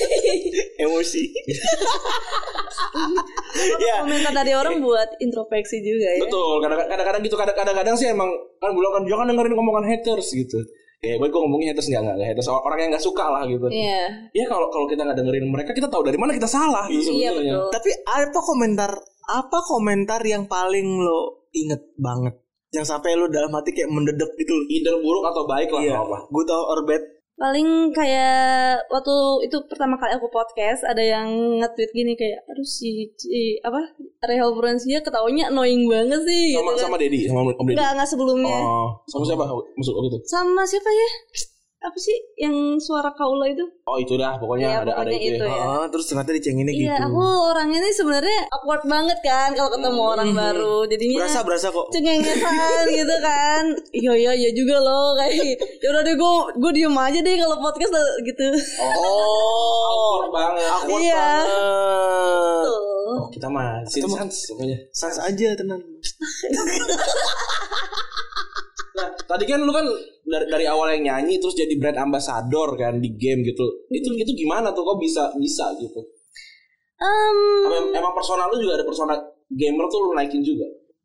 Emosi. Ya. Komentar dari orang buat introspeksi juga ya. Betul, kadang- kadang-kadang gitu, kadang- kadang-kadang sih emang kan bilang kan jangan dengerin omongan haters gitu. Ya, gue gue ngomongin haters enggak enggak haters orang yang enggak suka lah gitu. Iya. Ya kalau kalau kita enggak dengerin mereka, kita tahu dari mana kita salah gitu Iya sebenarnya. betul. Tapi apa komentar apa komentar yang paling lo inget banget? Yang sampai lo dalam hati kayak mendedek gitu. Either buruk atau baik lah Iya. nggak apa. Good or bad. Paling kayak waktu itu pertama kali aku podcast ada yang nge-tweet gini kayak aduh si, si apa Rahel Furansia ketawanya annoying banget sih Sama gitu kan. sama Dedi, sama Om Dedi. Enggak, enggak sebelumnya. Oh, sama siapa? Masuk waktu itu. Sama siapa ya? Apa sih yang suara Kaula itu? Oh, itu dah pokoknya Iya, ada ada pokoknya itu. itu ya. ya. Ah, terus ternyata dicenginnya gitu. Iya, aku orangnya nih sebenarnya awkward banget kan kalau ketemu orang baru. Jadinya Berasa berasa kok. cengengesan gitu kan. Iya iya iya juga loh kayak. Ya udah deh gue gue diem aja deh kalau podcast gitu. Oh, awkward banget. Awkward Iya. banget. Tuh. Oh, kita mah sin Kita mah- sans pokoknya. Sans aja tenang. Nah, tadi kan lu kan dari dari awal yang nyanyi terus jadi brand ambassador kan di game gitu. Itu itu gimana tuh kok bisa bisa gitu? Em, Emang, emang personal lu juga ada persona gamer tuh lu naikin juga.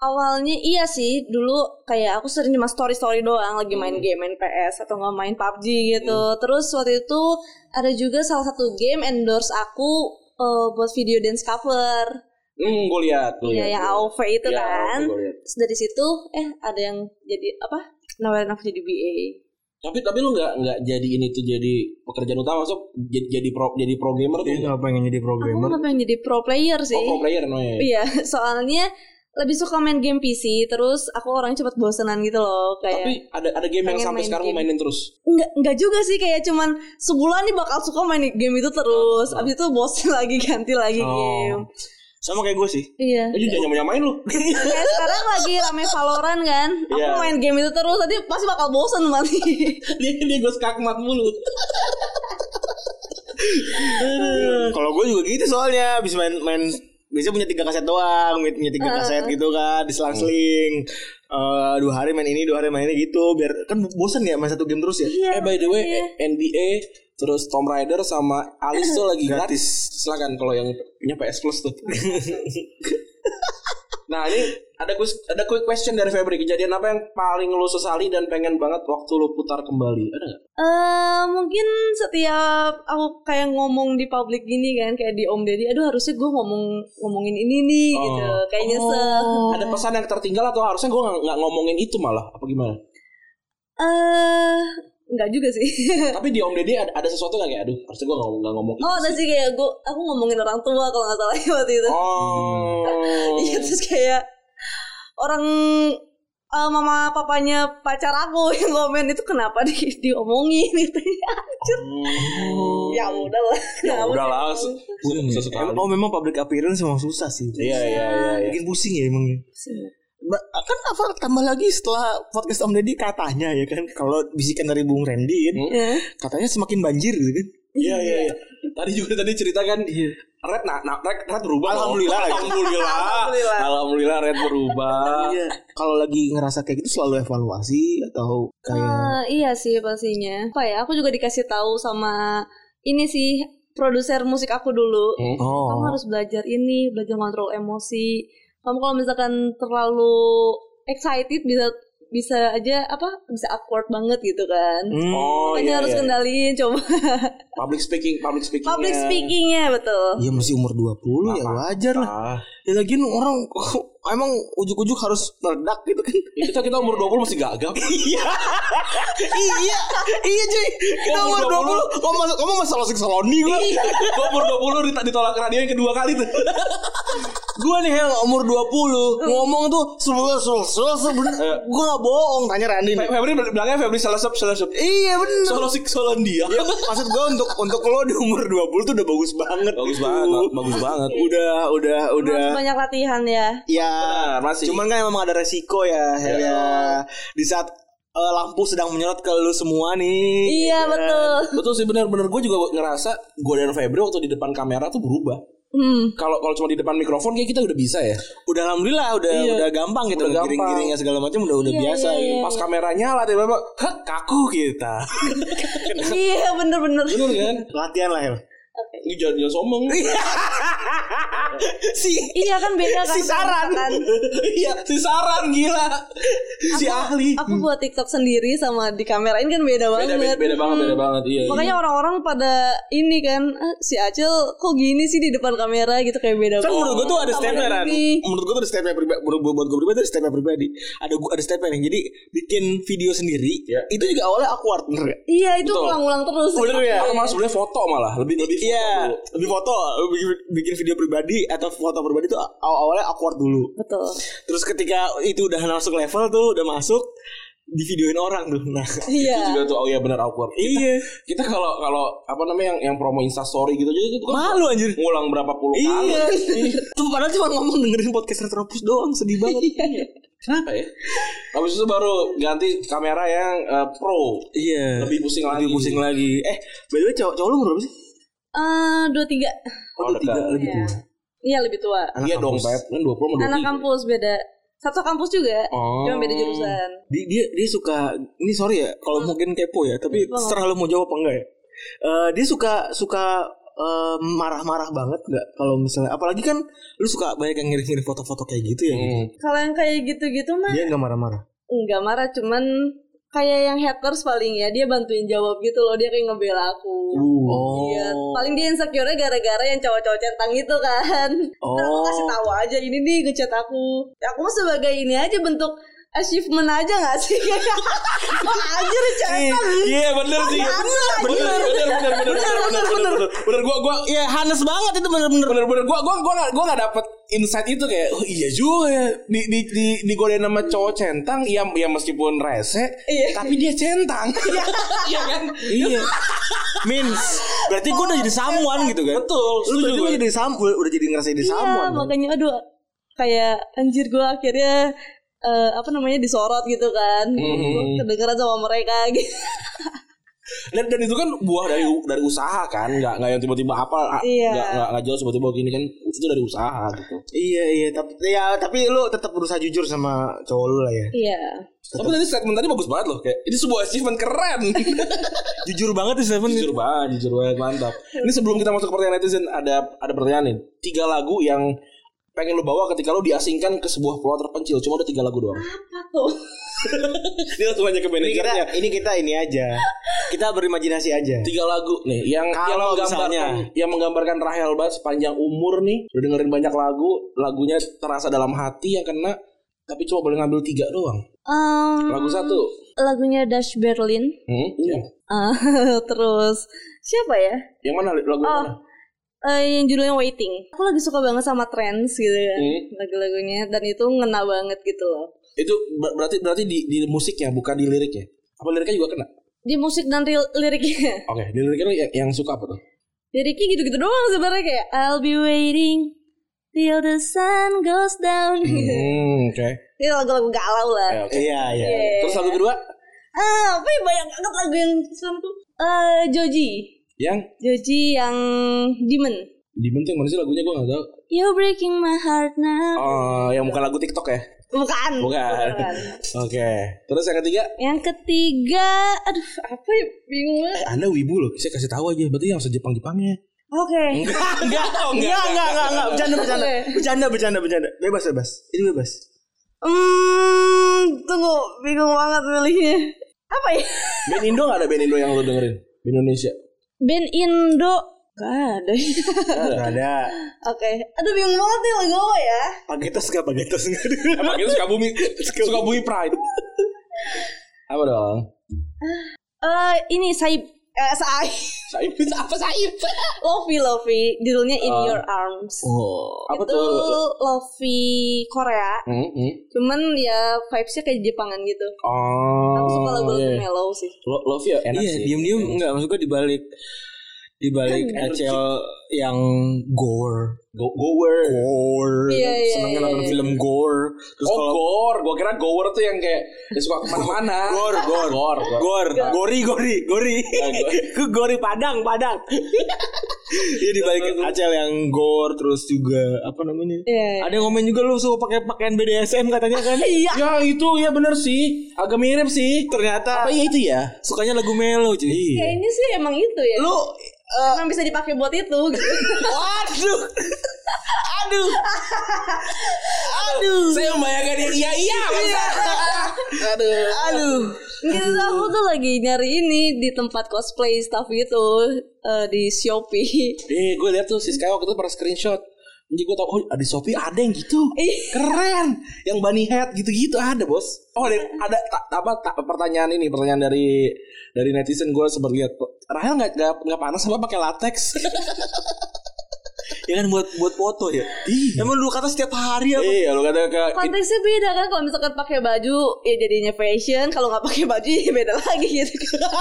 Awalnya iya sih, dulu kayak aku sering cuma story-story doang lagi main game, main P S atau nggak main P U B G gitu. Hmm. Terus waktu itu ada juga salah satu game endorse aku uh, buat video dance cover. Hmm, gue lihat. Iya, yang A O V itu ya, kan. A O V Terus dari situ eh ada yang jadi apa? Nawarin aku jadi B A. Tapi tapi lu nggak nggak jadi ini tuh jadi pekerjaan utama, maksud jadi jadi pro jadi pro gamer tuh? Dia nggak pengen jadi pro gamer. Aku nggak pengen jadi pro player sih. Oh, pro player no ya. Iya, soalnya lebih suka main game P C, terus aku orangnya cepat bosenan gitu loh kayak. Tapi ada ada game yang sampai main sekarang game. mainin terus? Enggak, enggak juga sih, kayak cuman sebulan nih bakal suka main game itu terus. Oh, oh. Abis itu bosen lagi ganti lagi oh. game. Sama kayak gue sih. Iya. Jadi jangan nyamain lu. Kayak sekarang lagi rame Valorant kan. Aku yeah. main game itu terus, tadi pasti bakal bosen mati. Dia dia gue skakmat mulu. Kalau gue juga gitu soalnya, habis main main biasanya punya tiga kaset doang, punya tiga uh, kaset gitu kan, diselang-seling. Uh, dua hari main ini, dua hari main ini gitu, biar kan bosan ya main satu game terus ya. Yeah, eh by the way, yeah. N B A terus Tomb Raider sama Alice tuh lagi gratis. Silakan kalau yang punya P S Plus tuh. Nah ini ada quiz, ada quick question dari Febri. Kejadian apa yang paling lu sesali dan pengen banget waktu lu putar kembali? Ada nggak? Uh, mungkin setiap aku kayak ngomong di publik gini kan, kayak di Om Deddy, aduh harusnya gue ngomong ngomongin ini nih oh. gitu, kayak nyesel. Oh. Ada pesan yang tertinggal atau harusnya gue nggak ngomongin itu malah? Apa gimana? Eh uh, Enggak juga sih. Tapi di Om Deddy ada, ada sesuatu gak kayak aduh harusnya gue gak, gak ngomong itu. Oh ada sih kayak gue aku ngomongin orang tua kalau gak salah waktu itu. Oh. Iya terus kayak orang uh, mama papanya pacar aku yang komen itu kenapa di diomongin gitu ya. Oh. Ya udahlah. Ya udahlah. Oh memang public appearance memang susah sih. Iya iya iya. Bikin pusing ya emang. Pusing. Kan apa tambah lagi setelah podcast Om Deddy katanya ya kan, kalau bisikan dari Bung Randy kan, hmm? katanya semakin banjir gitu kan. Iya iya iya. Tadi juga tadi cerita kan Red nah, nah Red, Red berubah. Alhamdulillah. Alhamdulillah. Alhamdulillah. Alhamdulillah Red berubah. Iya. Kalau lagi ngerasa kayak gitu selalu evaluasi atau kayak uh, iya sih pastinya. Apa ya? Aku juga dikasih tahu sama ini sih produser musik aku dulu. Hmm? Oh. Kamu harus belajar ini, belajar kontrol emosi. Kamu kalau misalkan terlalu excited bisa bisa aja apa bisa awkward banget gitu kan. Hmm. Oh, makanya iya, harus iya. kendaliin coba. Public speaking, public speaking. Public speakingnya betul. Iya masih umur dua puluh ya wajar lah. Ya lagian orang emang ujuk-ujuk harus meledak gitu kan. Ya, kita kita umur dua puluh masih gagap. Iya. Iya. Iya cuy. Kita umur dua puluh kamu masuk kamu masuk Salosik Salondi gua. Gua umur dua puluh ditolak radio yang kedua kali tuh. Gua nih yang umur dua puluh ngomong tuh sebel sebel sebel. Gua enggak bohong, tanya Randy. Febri bilangnya Febri Salosik Salosik. Iya benar. Salosik Salondi. Ya, maksud gua untuk untuk lo di umur dua puluh tuh udah bagus banget. Bagus banget, bagus banget. Udah udah udah banyak latihan ya. Iya, benar, masih. Cuman kan memang ada resiko ya, ya. ya. Di saat uh, lampu sedang menyorot ke lu semua nih. Iya, ya. betul. Betul sih benar-benar gue juga ngerasa gue dan Febri waktu di depan kamera tuh berubah. Hmm. Kalau kalau cuma di depan mikrofon kayak kita udah bisa ya. Udah alhamdulillah udah iya. udah gampang gitu, giring-giringnya segala macam udah udah iya, biasa. Iya, iya. Pas kamera nyala tiba-tiba kaku kita. Iya, bener-bener. Bener kan? Latihan lah ya. Okay. Ini jangan jangan sombong. si iya kan beda kan. Si saran. Iya, si saran gila. Si aku, ahli. Aku buat TikTok sendiri sama di kamerain kan beda banget. Beda, beda, beda banget, beda banget. Iya. Makanya iya. orang-orang pada ini kan, ah, si Acil kok gini sih di depan kamera gitu kayak beda banget. Kan menurut gue tuh ada stepnya kan. Menurut gue tuh ada stepnya pribadi. Buat gue pribadi ada stepnya pribadi. Ada ada stepnya nih. Jadi bikin video sendiri. Yeah. Itu juga awalnya awkward bener gak? Iya itu ulang-ulang terus. Bener ya. Aku malah sebenarnya foto malah lebih lebih. Iya, lebih foto, bikin, bikin video pribadi atau foto pribadi tuh awal-awalnya awkward dulu. Betul. Terus ketika itu udah masuk level tuh, udah masuk di videoin orang tuh. Nah, iya. Itu juga tuh oh ya benar awkward. Kita, iya. Kita kalau kalau apa namanya yang yang promo Insta story gitu jadi itu kan malu anjir. Ngulang berapa puluh iya. kali. Tuh padahal cuma ngomong dengerin podcast Retropus doang, sedih banget. Kenapa ya? Habis itu baru ganti kamera yang uh, pro. Iya. Lebih pusing lagi. Lebih pusing lagi. Eh, by the way cowok cowok lu umur berapa sih? Eh, dua tiga. Oh, dua tiga lebih tua. Iya, lebih tua. Iya dong, Pep. Kan dua puluh sama dua puluh tiga. Anak kampus beda. Satu kampus juga. Oh. Cuma beda jurusan. Dia dia, dia suka ini sorry ya, kalau hmm. mungkin kepo ya, tapi terserah lu mau jawab apa enggak ya. Uh, dia suka suka uh, marah-marah banget nggak kalau misalnya, apalagi kan lu suka banyak yang ngirim-ngirim foto-foto kayak gitu ya. Hmm. Kalau yang kayak gitu-gitu mah Dia nggak marah-marah. enggak marah, cuman kayak yang haters paling ya dia bantuin jawab gitu loh, dia kayak ngebela aku. Oh. Iya, paling dia insecure-nya gara-gara yang cowok-cowok centang itu kan. Oh. Ntar aku kasih tahu aja ini nih ngechat aku. Ya, aku mah sebagai ini aja bentuk achievement aja gak sih? Wah anjir centang. Iya bener sih. Bener bener bener bener bener bener bener bener gue gue Iya, Hanes banget itu bener-bener. bener bener gue gue gue nggak gue nggak dapet insight itu kayak oh iya juga ya di di di digodain sama cowok centang ya ya meskipun rese Iya. tapi dia centang. Iya kan? Iya. Means berarti gue udah jadi someone gitu kan. Betul. Lu berarti Setuju udah gue. jadi sam udah jadi ngerasa jadi Iya, someone. Kan? makanya aduh kayak anjir gue akhirnya eh, apa namanya disorot gitu kan. Mhm. Gue kedengeran sama mereka gitu. Dan, dan itu kan buah dari dari usaha kan, nggak nggak yang tiba-tiba apa, Iya. nggak nggak nggak jauh tiba-tiba gini kan, itu dari usaha gitu. Iya iya tapi ya tapi lu tetap berusaha jujur sama cowok lu lah ya. Iya. Tapi tadi statement tadi bagus banget loh, kayak ini sebuah achievement keren. Jujur banget tuh Seven. Jujur banget, jujur banget, mantap. Ini sebelum kita masuk ke pertanyaan netizen, ada ada pertanyaan nih. Tiga lagu yang pengen lu bawa ketika lu diasingkan ke sebuah pulau terpencil, cuma ada tiga lagu doang. Apa tuh? Dia langsung aja ke Ini kita manajernya. ini kita ini aja. Kita berimajinasi aja. Tiga lagu nih yang Kalau yang menggambarkan misalnya. yang menggambarkan Rahel banget sepanjang umur nih. Udah dengerin banyak lagu, lagunya terasa dalam hati yang kena, tapi cuma boleh ngambil tiga doang. Um, Lagu satu. Lagunya Dash Berlin. Hmm, iya. Ah, terus siapa ya? Yang mana lagu Oh, mana? eh, yang judulnya Waiting. Aku lagi suka banget sama Trance gitu ya, Hmm. lagu-lagunya, dan itu ngena banget gitu loh. Itu ber- berarti berarti di di musiknya bukan di liriknya. Apa liriknya juga kena? Di musik dan ril- liriknya. Oke, di liriknya lu yang, yang suka apa tuh? Liriknya gitu-gitu doang sebenarnya, kayak I'll be waiting till the sun goes down. Hmm, oke. Ini lagu-lagu galau lah. Eh, oke. Iya iya. Yeah. Terus lagu kedua Ah, apa ya, banyak banget lagu yang sama tuh. Eh, Joji. yang Joji yang Demon. Demon tuh yang mana sih lagunya gue nggak tahu. You're breaking my heart now. Oh, yang bukan lagu TikTok ya? Bukan. Bukan. Oke. Terus yang ketiga? Yang ketiga, aduh, apa ya? Bingung banget. Eh, Anda wibu loh. Saya kasih tahu aja. Berarti yang Jepang-Jepangnya. Oke. Enggak, enggak, Enggak enggak enggak enggak bercanda bercanda. Oke. Bercanda bercanda bercanda. Bebas bebas. Ini bebas. Hmm, tunggu, bingung banget milihnya. Apa ya? Band Indo nggak ada band Indo yang lo dengerin? Band Indonesia. Band Indo gak ada. Enggak ada. Oke, aduh bingung banget nih lagu apa ya? Pagetos enggak pagetos enggak. Emang itu Sukabumi, Sukabumi Pride. Apa dong? Eh, ini Saib, eh Saib, Saib apa Saib? Lofi Lofi, judulnya In Oh. Your Arms. Oh. Apa Itu tuh? Lofi Korea, Hmm, hmm. cuman ya vibesnya kayak Jepangan gitu. Oh. Aku suka lagu-lagu iya. mellow sih. Lo- Love ya enak Iya, sih. diem-diem enggak maksud gue dibalik dibalik Kan A C L yang gore. Go gower. Gore. Iya, iya, Senengnya iya, nonton iya. film gore. Terus Oh kalau gore, gue kira gower tuh yang kayak dia suka kemana-mana. Gor, gor, gor, gor. Gor, gori, gori, gori. gor. Gori Padang, Padang. Iya di balik acel yang gore terus juga apa namanya? Iya. Ada yang komen juga lu suka pakai pakaian B D S M katanya kan? Iya. Ya itu ya bener sih, agak mirip sih. Ternyata Apa ya itu ya? sukanya lagu melo cuy. Kayaknya sih emang itu ya. Lu uh, Emang bisa dipakai buat itu. Gitu. waduh. Aduh. Aduh. Saya membayangkan yang iya iya. Aduh. Aduh. Gitu aku tuh lagi nyari ini di tempat cosplay stuff gitu eh, di Shopee. Eh, gue lihat tuh si Sky waktu itu pernah screenshot. Jadi gue tau, oh di Shopee ada yang gitu. Ih. Keren. Yang bunny head gitu-gitu ada, Bos. Oh, ada ada ta- apa ta- pertanyaan ini, pertanyaan dari dari netizen gue sempat lihat. Rahel enggak enggak panas apa pakai latex? Ya kan buat buat foto ya. Iya. Emang dulu kata setiap hari apa? Iya, lu kata ke Konteksnya beda kan, kalau misalkan pakai baju ya jadinya fashion, kalau nggak pakai baju ya beda lagi gitu.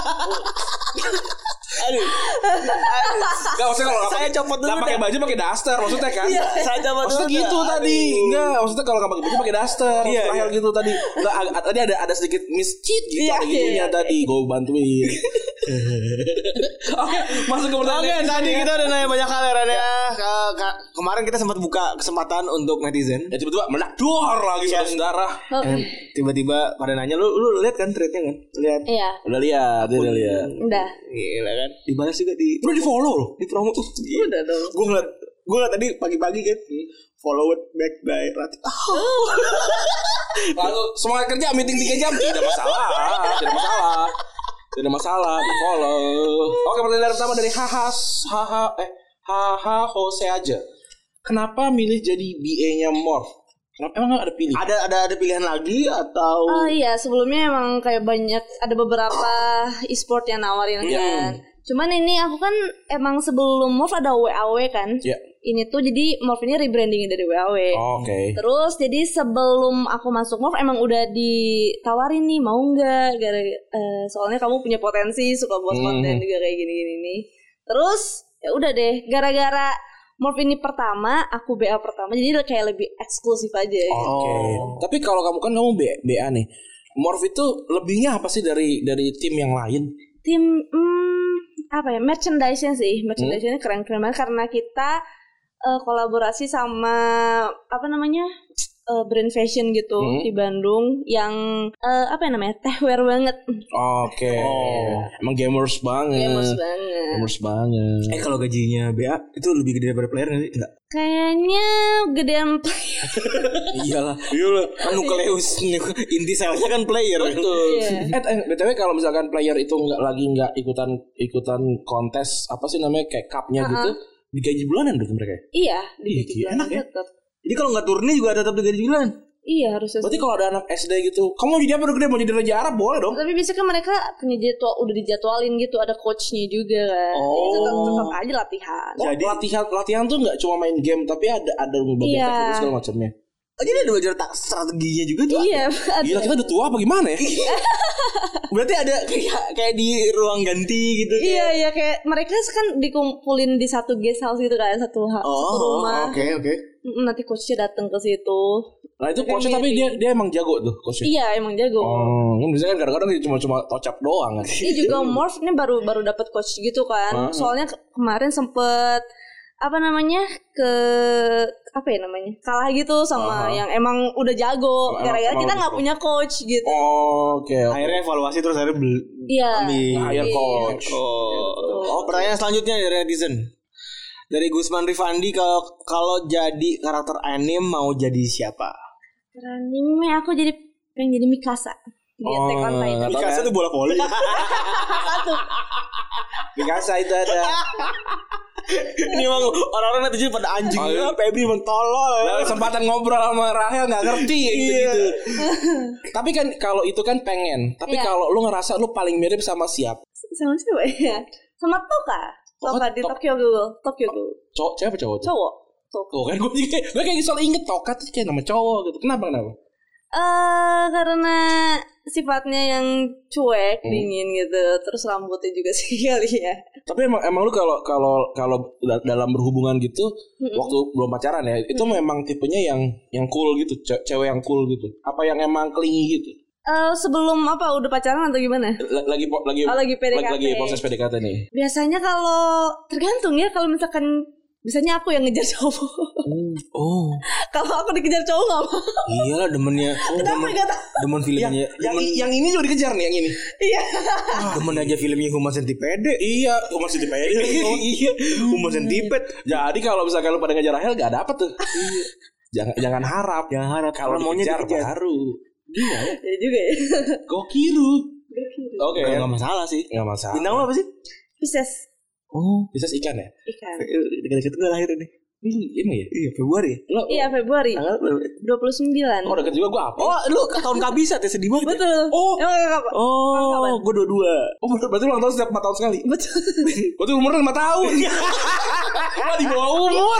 Aduh. enggak maksudnya kalau nggak Saya pakai- copot dulu nggak pakai dah. baju pakai daster maksudnya kan? Iya. Saya coba Maksudnya dulu gitu dah. tadi. Aduh. Enggak, maksudnya kalau nggak pakai baju pakai daster. Iya, Rahel iya. gitu tadi. Enggak, ag- tadi ada ada sedikit miscit gitu Iya, ada gitunya iya, iya. tadi. Gue bantuin. Oke, masuk ke pertanyaan. Oke, tadi kita udah nanya banyak hal ya Ran ya. Ke, ke, kemarin kita sempat buka kesempatan untuk netizen. Ya tiba-tiba meledak duar lagi saudara. Okay. Tiba-tiba pada nanya lu lu lihat kan threadnya kan? Lihat. Iya. Udah lihat, udah lihat. Udah. Gila kan? Dibalas juga di Udah di follow loh. di promo tuh. Udah dong. Gue ngeliat gue ngeliat tadi pagi-pagi kan. Followed back by Ratih. Oh. Lalu semangat kerja meeting tiga jam tidak masalah, tidak masalah. Tidak masalah, di follow. Oke, pertanyaan pertama dari Hahas, Haha eh Haha Jose aja. Kenapa milih jadi B A-nya Morph? Kenapa emang gak ada pilih? Ada ada ada pilihan lagi atau? Oh iya, sebelumnya emang kayak banyak ada beberapa e-sport yang nawarin Iya. kan. Cuman ini aku kan emang sebelum Morph ada W A W kan. Iya. Ini tuh jadi Morph ini rebranding dari W A W. Oh, Oke. Okay. Terus jadi sebelum aku masuk Morph emang udah ditawarin nih mau nggak? Gara uh, soalnya kamu punya potensi suka buat Hmm. konten juga kayak gini-gini nih. Terus ya udah deh, gara-gara Morph ini pertama, aku B A pertama, jadi kayak lebih eksklusif aja. Oke. Okay. Gitu. Tapi kalau kamu kan kamu B, B A nih. Morph itu lebihnya apa sih dari dari tim yang lain? Tim hmm, apa ya? Merchandise-nya sih, merchandise-nya hmm. keren-keren banget karena kita uh, kolaborasi sama apa namanya? Uh, brand fashion gitu hmm. di Bandung yang uh, apa ya namanya tehwear banget. Oke. Okay. Oh. Emang gamers banget. Gamers banget. Gamers banget. Eh kalau gajinya B A itu lebih gede daripada player nggak sih? Enggak. Kayaknya gedean player. Iyalah. Iyalah. Kan nukleus inti salesnya kan player. Betul. Yeah. Eh, eh B T W kalau misalkan player itu nggak lagi nggak ikutan ikutan kontes apa sih namanya kayak cupnya uh-huh. gitu, digaji bulanan dong mereka. Iya, digaji bulanan ya? tetap. Jadi kalau nggak turunnya juga tetap digaji bulan. Iya harusnya. Berarti kalau ada anak S D gitu, kamu mau jadi apa udah gede mau jadi raja Arab boleh dong. Tapi biasanya kan mereka punya jadwal udah dijadwalin gitu, ada coachnya juga kan. Oh. Tetap tetap aja latihan. Oh, jadi latihan latihan tuh nggak cuma main game tapi ada ada bagian iya. teknis segala macamnya. Oh, jadi ada belajar tak strateginya juga tuh. Iya. Gila kita udah tua apa gimana ya? Berarti ada kayak kayak di ruang ganti gitu. Iya iya kayak mereka kan dikumpulin di satu guest house gitu kan, satu, ha- oh, satu rumah. Oke okay, oke. Okay. Nanti coachnya datang ke situ. Nah itu coachnya tapi dia dia emang jago tuh coachnya. Iya emang jago. Oh, kan biasanya kan kadang-kadang cuma cuma tocap doang kan. Ini juga Morph ini baru baru dapat coach gitu kan. Uh-huh. Soalnya ke- kemarin sempet apa namanya ke apa ya namanya kalah gitu sama uh-huh. yang emang udah jago. Oh, gara-gara kita nggak punya coach gitu. Oh, oke. Okay, okay. Akhirnya evaluasi terus akhirnya beli. Iya. Hire coach. Oh. oh, pertanyaan selanjutnya dari netizen. Dari Gusman Rifandi, kalau kalau jadi karakter anime mau jadi siapa? Anime aku jadi pengen jadi Mikasa. Di oh, Attack on Titan. Mikasa tuh bola voli. Satu. Mikasa itu ada. Ini emang orang-orang netizen pada anjing. Oh, iya. Febri emang tolol. Nah, kesempatan ngobrol sama Rahel nggak ngerti gitu-gitu. Tapi kan kalau itu kan pengen. Tapi yeah. kalau lu ngerasa lu paling mirip sama siapa? Sama siapa ya? Sama Toka. Toka di Tokyo Ghoul. Tokyo Ghoul. Cowok, siapa cowok tuh? Cowok. Toka. Oh kan gue kayak gue kayak soal inget Toka tuh kayak nama cowok gitu. Kenapa kenapa? Eh uh, karena sifatnya yang cuek, hmm. dingin gitu. Terus rambutnya juga sih kali ya. Tapi emang emang lu kalau kalau kalau dalam berhubungan gitu hmm. waktu belum pacaran ya, itu hmm. memang tipenya yang yang cool gitu, ce- cewek yang cool gitu. Apa yang emang clingy gitu? Uh, sebelum apa udah pacaran atau gimana? L- lagi lagi oh, lagi P D K T. Lagi, lagi proses P D K T nih. Biasanya kalau tergantung ya, kalau misalkan biasanya aku yang ngejar cowok. Oh. oh. Kalau aku dikejar cowok enggak mau. Iyalah demennya. Oh, Kenapa demen, demen filmnya. Yang, demen, yang, yang ini juga dikejar nih yang ini. Iya. Ah, demen aja filmnya Human Centipede. Iya, Human Centipede. Oh, iya, Human Centipede. Jadi kalau misalkan lu pada ngejar Rahel enggak dapet tuh. jangan jangan harap, jangan harap kalau maunya dikejar baru. Iya ya. Ya juga ya. Gokilu. Gokilu. Oke, okay. Enggak masalah sih. Enggak masalah. Bintang lo apa sih? Pisces. Oh, Pisces ikan ya? Ikan. Dekat-dekat gue lahir ini. Ini ya? Iya, Februari. Lo, iya, Februari. Tanggal dua puluh sembilan. Oh, dekat juga gue apa? Oh, lu tahun kabisat ya, sedih banget. Betul. Oh. Emang kapan? Oh, gue dua puluh dua. Oh, berarti ulang tahun setiap empat tahun sekali. Betul. Berarti umurnya lima tahun. Wah, di bawah umur.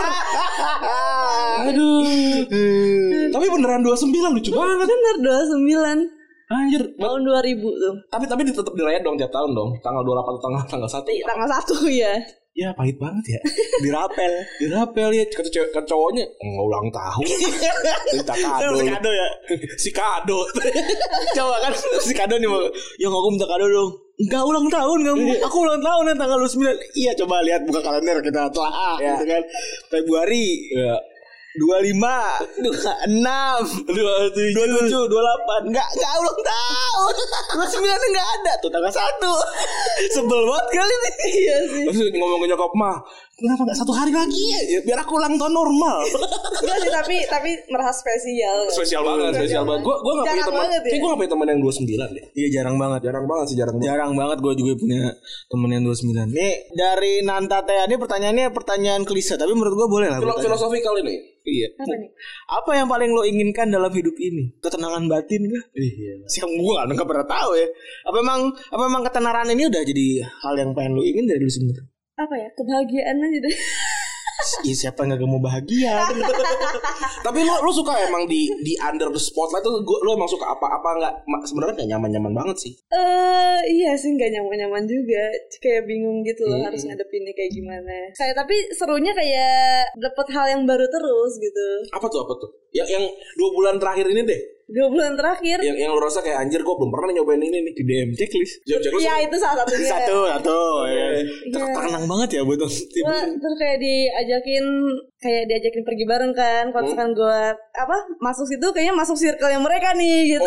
Aduh. Tapi beneran dua puluh sembilan lucu banget. Bener dua puluh sembilan. Anjir, tahun dua ribu tuh. Tapi tapi tetap dirayain dong tiap tahun dong. Tanggal dua puluh delapan atau tanggal tanggal satu. Tanggal satu ya. Ya pahit banget ya. Dirapel, dirapel ya. Kata cewek, kata cowoknya enggak ulang tahun. Minta kado. Si kado ya. Si kado. Coba kan si kado nih mau. Ya ngaku minta kado dong. enggak ulang tahun kamu. Aku ulang tahun ya tanggal dua puluh sembilan. Iya, coba lihat buka kalender kita telah ya. gitu kan. Februari. Iya. dua puluh lima, dua puluh enam, dua puluh tujuh, dua puluh tujuh, dua puluh delapan. Enggak, enggak ulang tahun. dua puluh sembilan enggak ada tuh tanggal satu. Sebel banget kali ini. Iya sih. Terus ngomong ke nyokap mah, kenapa enggak satu hari lagi ya biar aku ulang tahun normal. Enggak sih, tapi tapi merasa spesial. Spesial banget, spesial banget. Gua gua enggak punya teman. Ya? Kayak gua enggak punya teman yang dua puluh sembilan deh. Iya, jarang banget. Jarang banget sih, jarang. Jarang banget gue juga punya temen yang dua puluh sembilan. Nih dari Nanta Teh ini pertanyaannya pertanyaan klise, tapi menurut gue boleh lah. Filosofi kali ini. Iya. Apa nih? Apa yang paling lo inginkan dalam hidup ini? Ketenangan batin kah? Iya. Siapa gue nggak pernah tahu ya. Apa emang apa emang ketenaran ini udah jadi hal yang pengen lo ingin dari dulu sebenarnya? Apa ya? Kebahagiaan aja deh. Iya, siapa nggak mau bahagia? Tapi lu lu suka emang di di under the spotlight tuh gua, lu emang suka apa-apa nggak sebenarnya nggak nyaman-nyaman banget sih? Eh uh, iya sih nggak nyaman-nyaman juga, kayak bingung gitu loh hmm. harus ngadepinnya kayak gimana. Kayak tapi serunya kayak dapet hal yang baru terus gitu. Apa tuh apa tuh? Yang yang dua bulan terakhir ini deh. Dua bulan terakhir yang yang lu rasa kayak anjir gue belum pernah nyobain ini nih di D M checklist. Iya itu salah satunya. Satu satu. Ya. Tenang banget ya buat Wah, terus kayak diajakin kayak diajakin pergi bareng kan. Kalau misalkan hmm. gue apa masuk situ kayaknya masuk circle yang mereka nih gitu.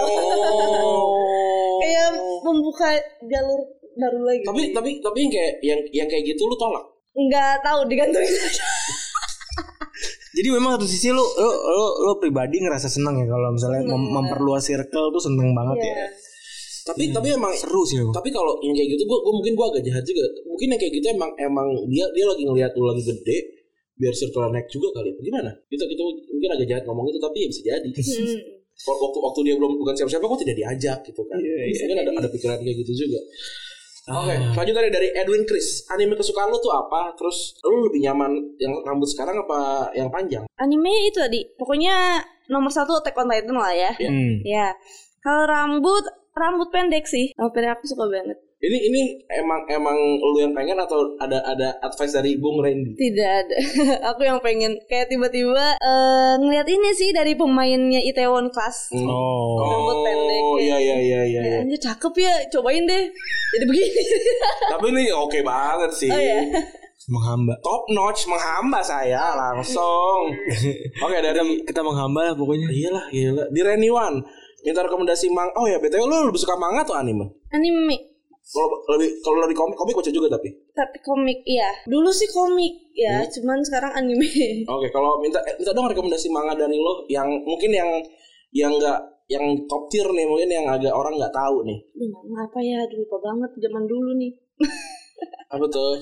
Oh. Kayak membuka jalur baru lagi. Tapi tapi tapi yang kayak yang yang kayak gitu lu tolak? Enggak tahu, digantungin aja. Jadi memang satu sisi lu, lu, lu, lu pribadi ngerasa senang ya kalau misalnya mem- memperluas circle tuh seneng banget yeah. ya. Tapi hmm. tapi emang seru sih. Tapi kalau yang kayak gitu, gue mungkin gue agak jahat juga. Mungkin yang kayak gitu emang emang dia dia lagi ngelihat lu lagi gede, biar circle naik juga kali. Gimana? Kita kita mungkin agak jahat ngomong itu, tapi ya bisa jadi. Hmm. Waktu waktu dia belum bukan siapa-siapa, kok tidak diajak gitu kan? Yeah, yeah, mungkin yeah. ada ada pikiran kayak gitu juga. Oke, okay. Selanjutnya dari Edwin Chris. Anime kesukaan lu tuh apa? Terus lu lebih nyaman yang rambut sekarang apa yang panjang? Anime itu tadi. Pokoknya nomor satu Attack on Titan lah ya. Yeah. Hmm. Ya. Kalau rambut, rambut pendek sih. Rambut pendek aku suka banget. Ini ini emang emang lu yang pengen atau ada ada advice dari Bung Randy? Tidak ada. Aku yang pengen kayak tiba-tiba uh, ngeliat ini sih dari pemainnya Itaewon Class. Oh. Rambut pendek. Oh iya iya iya iya. Ya, anjir cakep ya. Cobain deh. Jadi begini. Tapi ini oke okay banget sih. Oh iya. Menghamba. Top notch menghamba saya langsung. Oke, okay, dari kita menghamba lah pokoknya. Iyalah, iyalah. Di Reniwan minta rekomendasi mang. Oh ya, B T W lu lebih suka manga atau anime? Anime. Kalau lebih kalau lebih komik komik baca juga tapi. Tapi komik iya. Dulu sih komik ya, hmm. cuman sekarang anime. Oke, okay, kalau minta minta dong rekomendasi manga dari lo yang mungkin yang yang enggak yang top tier nih, mungkin yang agak orang enggak tahu nih. Duh, manga apa ya? Aduh, lupa banget zaman dulu nih. Apa tuh?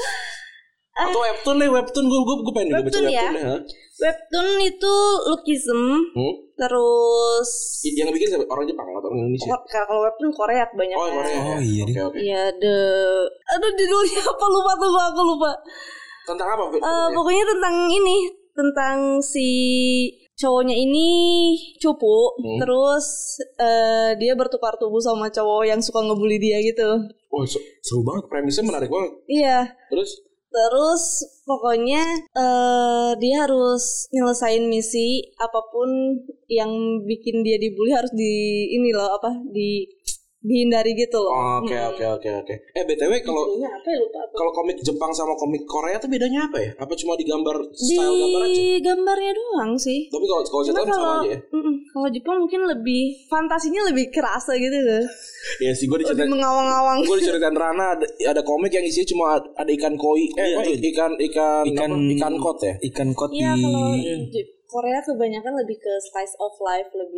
Atau webtoon nih, webtoon gue gue gue pengen baca webtoon ya. ya. Webtoon itu Lookism. Hmm? Terus yang bikin siapa? Orang Jepang atau orang Indonesia? Oh, kalau webtoon Korea kebanyakan. Oh, Korea. Oh iya. Oke, oke. Iya, the aduh judulnya apa lupa tuh aku lupa. Tentang apa? Uh, pokoknya tentang ini, tentang si cowoknya ini cupu, hmm. terus uh, dia bertukar tubuh sama cowok yang suka ngebully dia gitu. Oh, seru banget, premisnya menarik banget. Iya. Terus Terus pokoknya uh, dia harus nyelesain misi apapun yang bikin dia dibully harus di ini loh apa di dihindari gitu loh. Oke oke oke oke. Eh B T W kalau kalau komik Jepang sama komik Korea tuh bedanya apa ya? Apa cuma di gambar style di gambar aja? Di gambarnya doang sih. Tapi kalau kalau Jepang sama aja ya. Kalau Jepang mungkin lebih fantasinya lebih kerasa gitu loh. Iya sih, gue diceritain mengawang-awang. Gue diceritain Rana ada, ada komik yang isinya cuma ada ikan koi, eh iya, oh, ikan ikan ikan apa? ikan kot ya, ikan kot iya, di. Kalau Korea kebanyakan lebih ke slice of life lebih.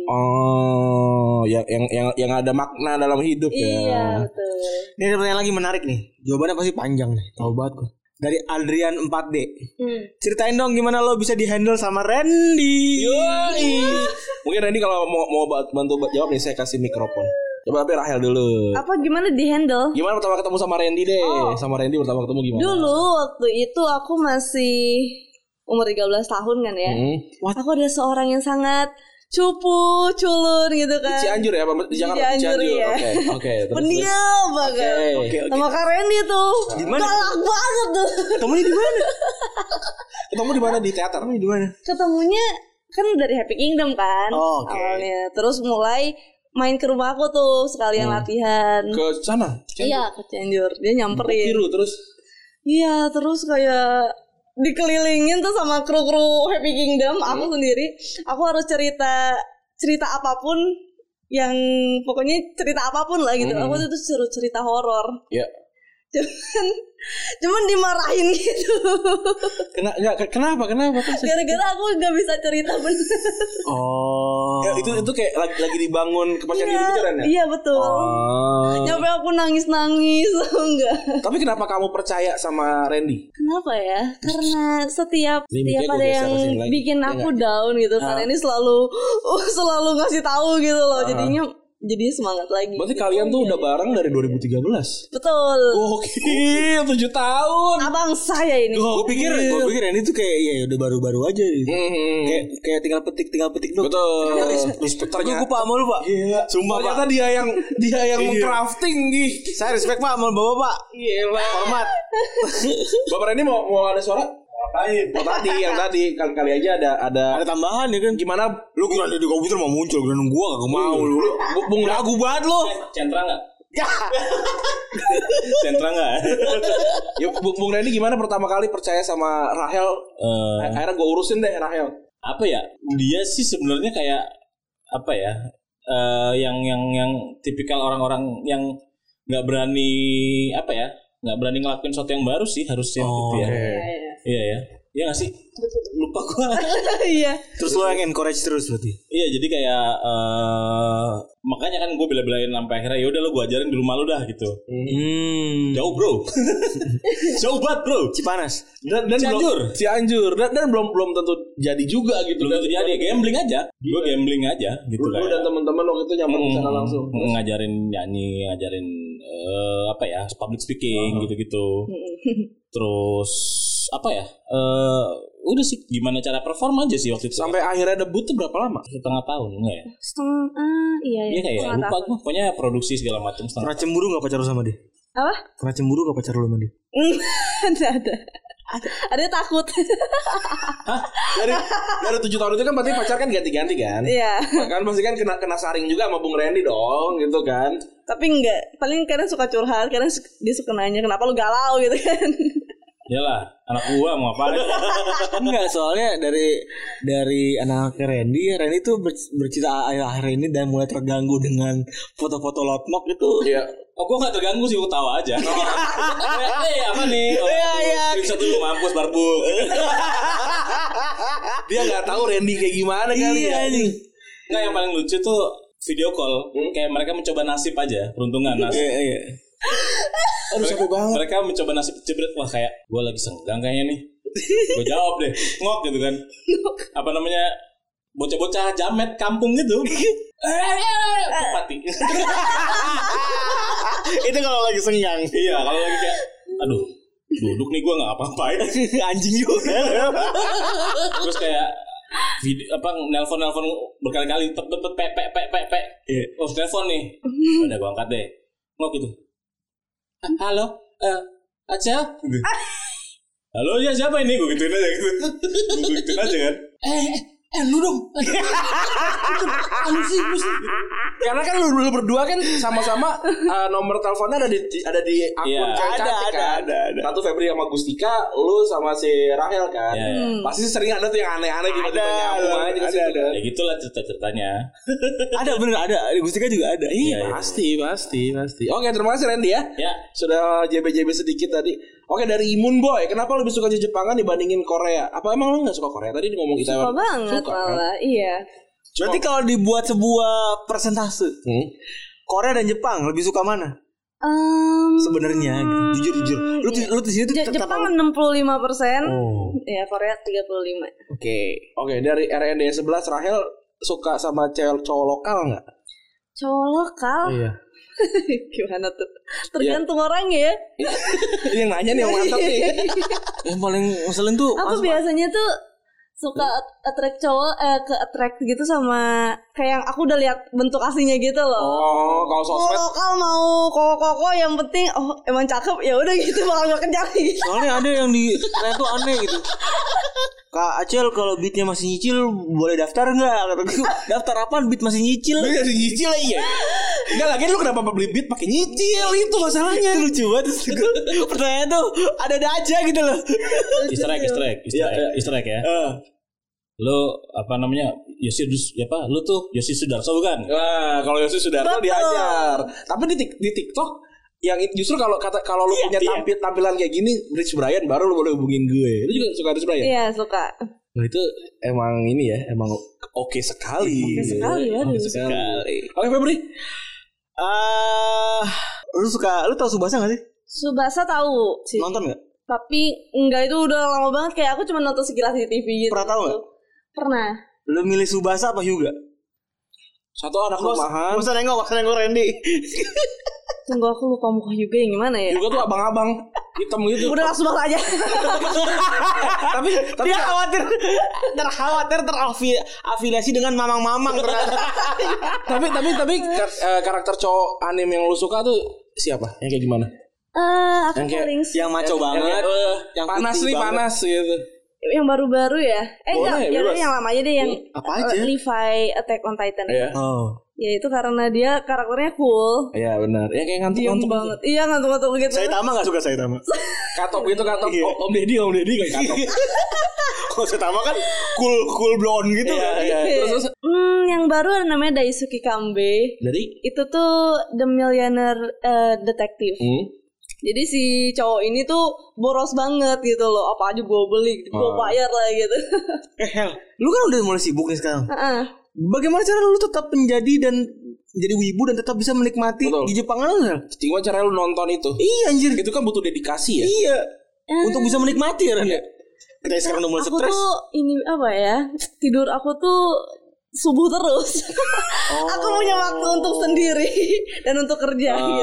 Oh, yang yang yang yang ada makna dalam hidup iya, ya. Iya betul. Ini ada pertanyaan lagi menarik nih. Jawabannya pasti panjang nih. Tahu banget gue. Dari Adrian empat D. Hmm. Ceritain dong gimana lo bisa dihandle sama Randy. Yoi. Mungkin Randy kalau mau mau bantu jawab nih saya kasih mikrofon. Coba tapi Rahel dulu. Apa gimana dihandle? Gimana pertama ketemu sama Randy deh? Oh. Sama Randy pertama ketemu gimana? Dulu waktu itu aku masih umur tiga belas tahun kan ya. Hmm. Aku ada seorang yang sangat cupu, culun gitu kan. Di Cianjur ya? Di Jakarta? Di Cianjur ya. Oke, oke. Pendiam banget. Okay. Okay, okay. Sama Kak Randy tuh. Di mana? Galak banget tuh. Ketemunya di mana? Ketemu di mana? Di teater? Di mana? Ketemunya kan dari Happy Kingdom kan. Oh, oke. Okay. Awalnya. Terus mulai main ke rumah aku tuh sekalian hmm. latihan. Ke sana? Cianjur. Iya ke Cianjur. Dia nyamperin. Kiru terus? Iya terus kayak dikelilingin tuh sama kru-kru Happy Kingdom. Hmm. Aku sendiri. Aku harus cerita cerita apapun yang pokoknya cerita apapun lah gitu. Hmm. Aku tuh suruh cerita horor. Iya. Cuman cuman dimarahin gitu. Kena, gak, kenapa? Kenapa? Gara-gara aku gak bisa cerita bener. Oh. Ya, itu itu kayak lagi, lagi dibangun kepercayaan diri bicara ya? Iya betul. Oh. Nyampe aku nangis-nangis enggak. Tapi kenapa kamu percaya sama Randy? Kenapa ya? Karena setiap setiap ada yang bikin aku ya, down gitu. Ah. Karena ini selalu uh, selalu ngasih tahu gitu loh. Ah. Jadinya jadi semangat lagi. Berarti gitu. Kalian tuh udah bareng dari dua ribu tiga belas. Betul. Gokil, tujuh tahun. Abang saya ini. Gue pikir, gue pikir ini tuh kayak ya udah baru-baru aja gitu. Hmm. Kayak kayak tinggal petik, tinggal petik doang. Betul. Respect ternyata. Gue pak sama lu pak. Gila. Sumpah pak. Ternyata dia yang dia yang mengcrafting gitu. Saya respect pak sama bapak pak. Iya pak. Hormat. Bapak ini mau mau ada suara? Ngapain? Oh tadi yang tadi kali kali aja ada ada ada tambahan ya kan. Gimana lu kira di komputer mau muncul kira gua kagak mau lu. Bung lagu banget lu. Centra enggak? Centra enggak? Yuk Bung Bung Randy gimana pertama kali percaya sama Rahel? Uh, akhirnya gua urusin deh Rahel. Apa ya? Dia sih sebenarnya kayak apa ya? Uh, yang yang yang tipikal orang-orang yang enggak berani apa ya? Nggak berani ngelakuin sesuatu yang baru sih harusnya oh, gitu ya. Okay. Iya ya. Iya nggak sih? Lupa gua. Iya. Terus lo yang encourage terus berarti? Iya jadi kayak uh, makanya kan gue bela-belain sampai akhirnya ya udah lo gue ajarin di rumah lo dah gitu. Hmm. Jauh bro. Jauh banget bro. Cipanas. Dan dan Cianjur. Belum, Cianjur. Dan, dan belum belum tentu jadi juga gitu. Belum tentu jadi gambling aja. Gue gambling aja gitu kan. Gue dan teman-teman waktu itu nyamper ke sana langsung. Ngajarin nyanyi, ngajarin uh, apa ya public speaking uh-huh. gitu-gitu. Terus apa ya? Uh, udah sih gimana cara perform aja sih waktu itu. Sampai akhirnya debut tuh berapa lama? Setengah tahun enggak ya? Setengah uh, iya iya. Iya kayak lupa gue. Pokoknya produksi segala macam setengah. Pernah cemburu enggak pacar lu sama dia? Apa? Pernah cemburu enggak pacar lu sama dia? Ada ada. Ada, ada takut. Hah? Dari dari tujuh tahun itu kan berarti pacar kan ganti-ganti kan? Iya. Kan pasti kan kena kena saring juga sama Bung Randy dong, gitu kan? Tapi enggak, paling kadang suka curhat, kadang dia suka nanya kenapa lu galau gitu kan? Yalah, anak gua mau apa? Enggak, soalnya dari dari anak Randy, Randy tuh bercerita akhir-akhir ini dan mulai terganggu dengan foto-foto lotnok itu. Iya. Oh, gua gak terganggu sih, gua ketawa aja. Eh, apa nih? Oh, iya, iya. Bisa dulu mampus barbu. Dia gak tahu Randy kayak gimana kali ya. Enggak, yang paling lucu tuh video call. Hmm? Kayak mereka mencoba nasib aja, peruntungan nasib. Iya, iya. Aduh capek banget. Mereka mencoba nasib jebret. Wah kayak gue lagi senggang kayaknya nih. Gue jawab deh ngok gitu kan. Apa namanya bocah-bocah jamet kampung gitu. Mati. Itu kalau lagi senggang. Iya kalau lagi kayak aduh duduk nih gue nggak apa-apain. Anjing juga. Terus kayak video apa nelpon nelpon berkali-kali pet pet pet pet pet pet pet. Oh telepon nih. Udah gue angkat deh. Ngok gitu. Halo, uh, Acel. Halo ya siapa ini? Gue gituin aja gitu. Gue gituin aja kan. Eh, eh lu dong. Lu sih, lu sih. Karena kan lu, lu berdua kan sama-sama uh, nomor teleponnya ada di ada di akun yeah. cantik ada, kan. Ada, ada, ada. Satu Febri sama Gustika, lu sama si Rahel kan. Yeah, yeah. Pasti sering ada tuh yang aneh-aneh tiba-tiba nyambung aja ke situ. Ada. Ya gitulah cerita-ceritanya. Ada bener ada. Gustika juga ada. Iya, ya, pasti, ya. pasti, pasti. Oke, terima kasih Randy ya. Ya. Sudah J B J B sedikit tadi. Oke, dari Imun Boy, kenapa lebih suka Jepangan dibandingin Korea? Apa emang lu enggak suka Korea? Tadi ngomong kita suka banget suka, malah, kan? Iya. Berarti kalau dibuat sebuah persentase, hmm? Korea dan Jepang lebih suka mana? Um, Sebenarnya, gitu. jujur jujur. Lu iya. lu di sini tuh J- Jepang enam puluh lima persen, oh. Ya Korea tiga puluh lima. Oke, okay. Oke okay, dari R N D sebelas Rahel suka sama cewek cowok lokal nggak? Cowok lokal? Iya. Gimana tuh? Tergantung ya. Orangnya ya. Yang nanya nih yang mantap nih. Yang paling ngeselin tuh aku biasanya tuh suka attract cowok eh ke attract gitu sama kayak yang aku udah lihat bentuk aslinya gitu loh. Oh, kalau sosmed lokal mau koko-koko yang penting oh emang cakep ya udah gitu bakal gak kejar gitu. Soalnya ada yang di nah itu aneh gitu. Kak Acel kalau beatnya masih nyicil boleh daftar nggak? Kata gue, daftar apaan beat masih nyicil? Lu masih nyicil iya. Enggak lagi lu kenapa beli beat pakai nyicil itu masalahnya. Itu lucu banget. Pertanyaan tuh ada-ada aja gitu loh. Easter egg, Easter egg, Easter egg, Easter egg ya. Uh. Lu apa namanya? Yosi apa? Lu tuh Yosi Sudarso bukan? Wah, kalau Yosi Sudarso diajar. Tapi di di TikTok yang justru kalau kata kalau lu punya iya. tampil tampilan kayak gini Rich Brian baru lu boleh hubungin gue. Lu juga suka Rich Brian? Iya suka. Nah itu emang ini ya emang oke sekali. Oke sekali ya. Oke sekali. Oke Febri. Ah, uh, lu suka lu tahu Subasa gak sih? Subasa tahu sih. Nonton gak? Tapi enggak, itu udah lama banget, kayak aku cuma nonton sekilas di T V gitu. Pernah tahu gak? Pernah. Lu milih Subasa apa Hyuga? Satu anak rumahan. Gak usah nengok, gak usah nengok Randy. Tunggu aku lupa muka Hyuga yang gimana ya. Hyuga tuh abang-abang hitam gitu. Udah langsung banget aja. tapi tapi dia khawatir terkhawatir terafiliasi dengan mamang-mamang ternyata. tapi tapi tapi karakter cowok anime yang lu suka tuh siapa? Yang kayak gimana? Eh, uh, aku yang kayak, paling yang maco yang, banget, yang, uh, yang panas nih banget. panas gitu. Yang baru-baru ya? Eh Boleh, enggak, ya, yang lama aja deh yang apa aja? Uh, Levi Attack on Titan. Iya. Oh. Ya itu karena dia karakternya cool. Iya benar. Ya kayak ngantuk-ngantuk banget. Iya ngantuk-ngantuk gitu. Saya Tama gak suka Saya Tama. Katok gitu katok. Iya. Om Deddy Om Deddy kayak katok. Kalau Saya Tama kan cool cool blonde gitu iya, kan. Iya. Terus, terus Hmm, yang baru ada namanya Daisuke Kambe. dari Itu tuh The Millionaire uh, Detective. hmm? Jadi si cowok ini tuh boros banget gitu loh. Apa aja gue beli, gue Oh. bayar lah gitu. Eh Hel, lu kan udah mulai sibuk nih sekarang. Heeh. Bagaimana cara lu tetap menjadi dan menjadi wibu dan tetap bisa menikmati Betul. di Jepang lu? Cuma cara lu nonton itu. Iya anjir. Itu kan butuh dedikasi ya. Iya. Untuk bisa menikmati ya. Iya. Kita sekarang udah mulai Aku stres. tuh ini apa ya? Tidur aku tuh subuh terus. Oh. Aku punya waktu untuk sendiri dan untuk kerja gitu.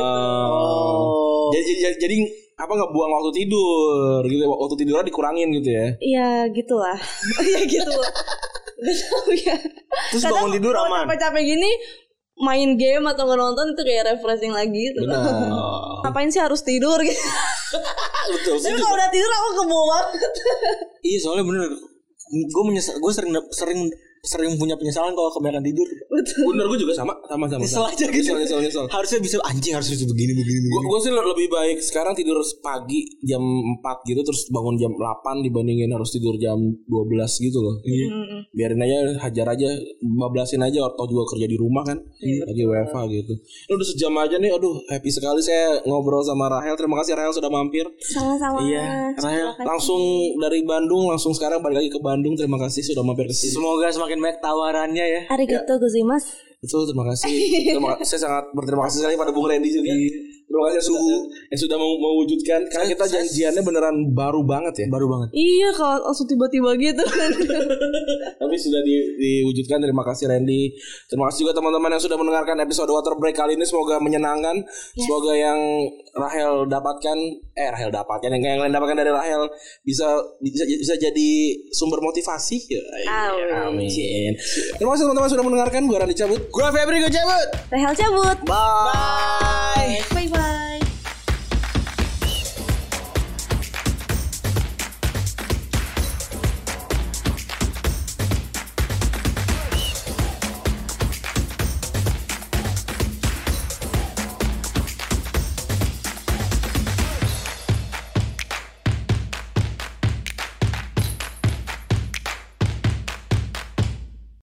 Oh. Jadi, jadi jadi apa nggak buang waktu tidur gitu, waktu tidurnya dikurangin gitu ya. Iya gitulah. Iya gitulah. Gak tahu ya. Terus bangun tidur kalau aman. capek-capek gini main game atau nonton itu kayak refreshing lagi gitu. Benar. Ngapain sih harus tidur gitu. Betul. Tapi kalau udah tidur aku kebo banget. Iya soalnya bener. Gue menyesal. Gue sering sering sering punya penyesalan kalau kebanyakan tidur. Betul. Bener gue juga sama sama sama. Nyesel aja gitu. Nyesel, nyesel, nyesel. Harusnya bisa anjing harus bisa begini begini. Gue begini. gue sih lebih baik sekarang tidur pagi jam empat gitu terus bangun jam delapan dibandingin harus tidur jam dua belas gitu loh. Iya. Mm-mm. Biarin aja hajar aja bablasin aja atau juga kerja di rumah kan. Lagi W F H gitu. Ini udah sejam aja nih. Aduh, happy sekali saya ngobrol sama Rahel. Terima kasih Rahel sudah mampir. Sama-sama. Iya, Rahel. Langsung dari Bandung langsung sekarang balik lagi ke Bandung. Terima kasih sudah mampir ke sini. Semoga semakin banyak tawarannya ya. Arigatou gozaimasu. Betul, terima kasih. Terima, saya sangat berterima kasih sekali pada Bung Randy juga. Terima kasih Suhu yang sudah mau mewujudkan. Karena kita janjiannya beneran baru banget ya. Baru banget. Iya kalau langsung tiba-tiba gitu kan. Tapi sudah di, diwujudkan. Terima kasih Randy. Terima kasih juga teman-teman yang sudah mendengarkan episode Water Break kali ini. Semoga menyenangkan. Yes. Semoga yang Rahel dapatkan, eh Rahel dapatkan, yang yang lain dapatkan dari Rahel bisa bisa bisa jadi sumber motivasi. Ya, Amin. Amin. Terima kasih teman-teman sudah mendengarkan. Gue Randy cabut. Gue Febri gue cabut. Rahel cabut. Bye. Bye bye.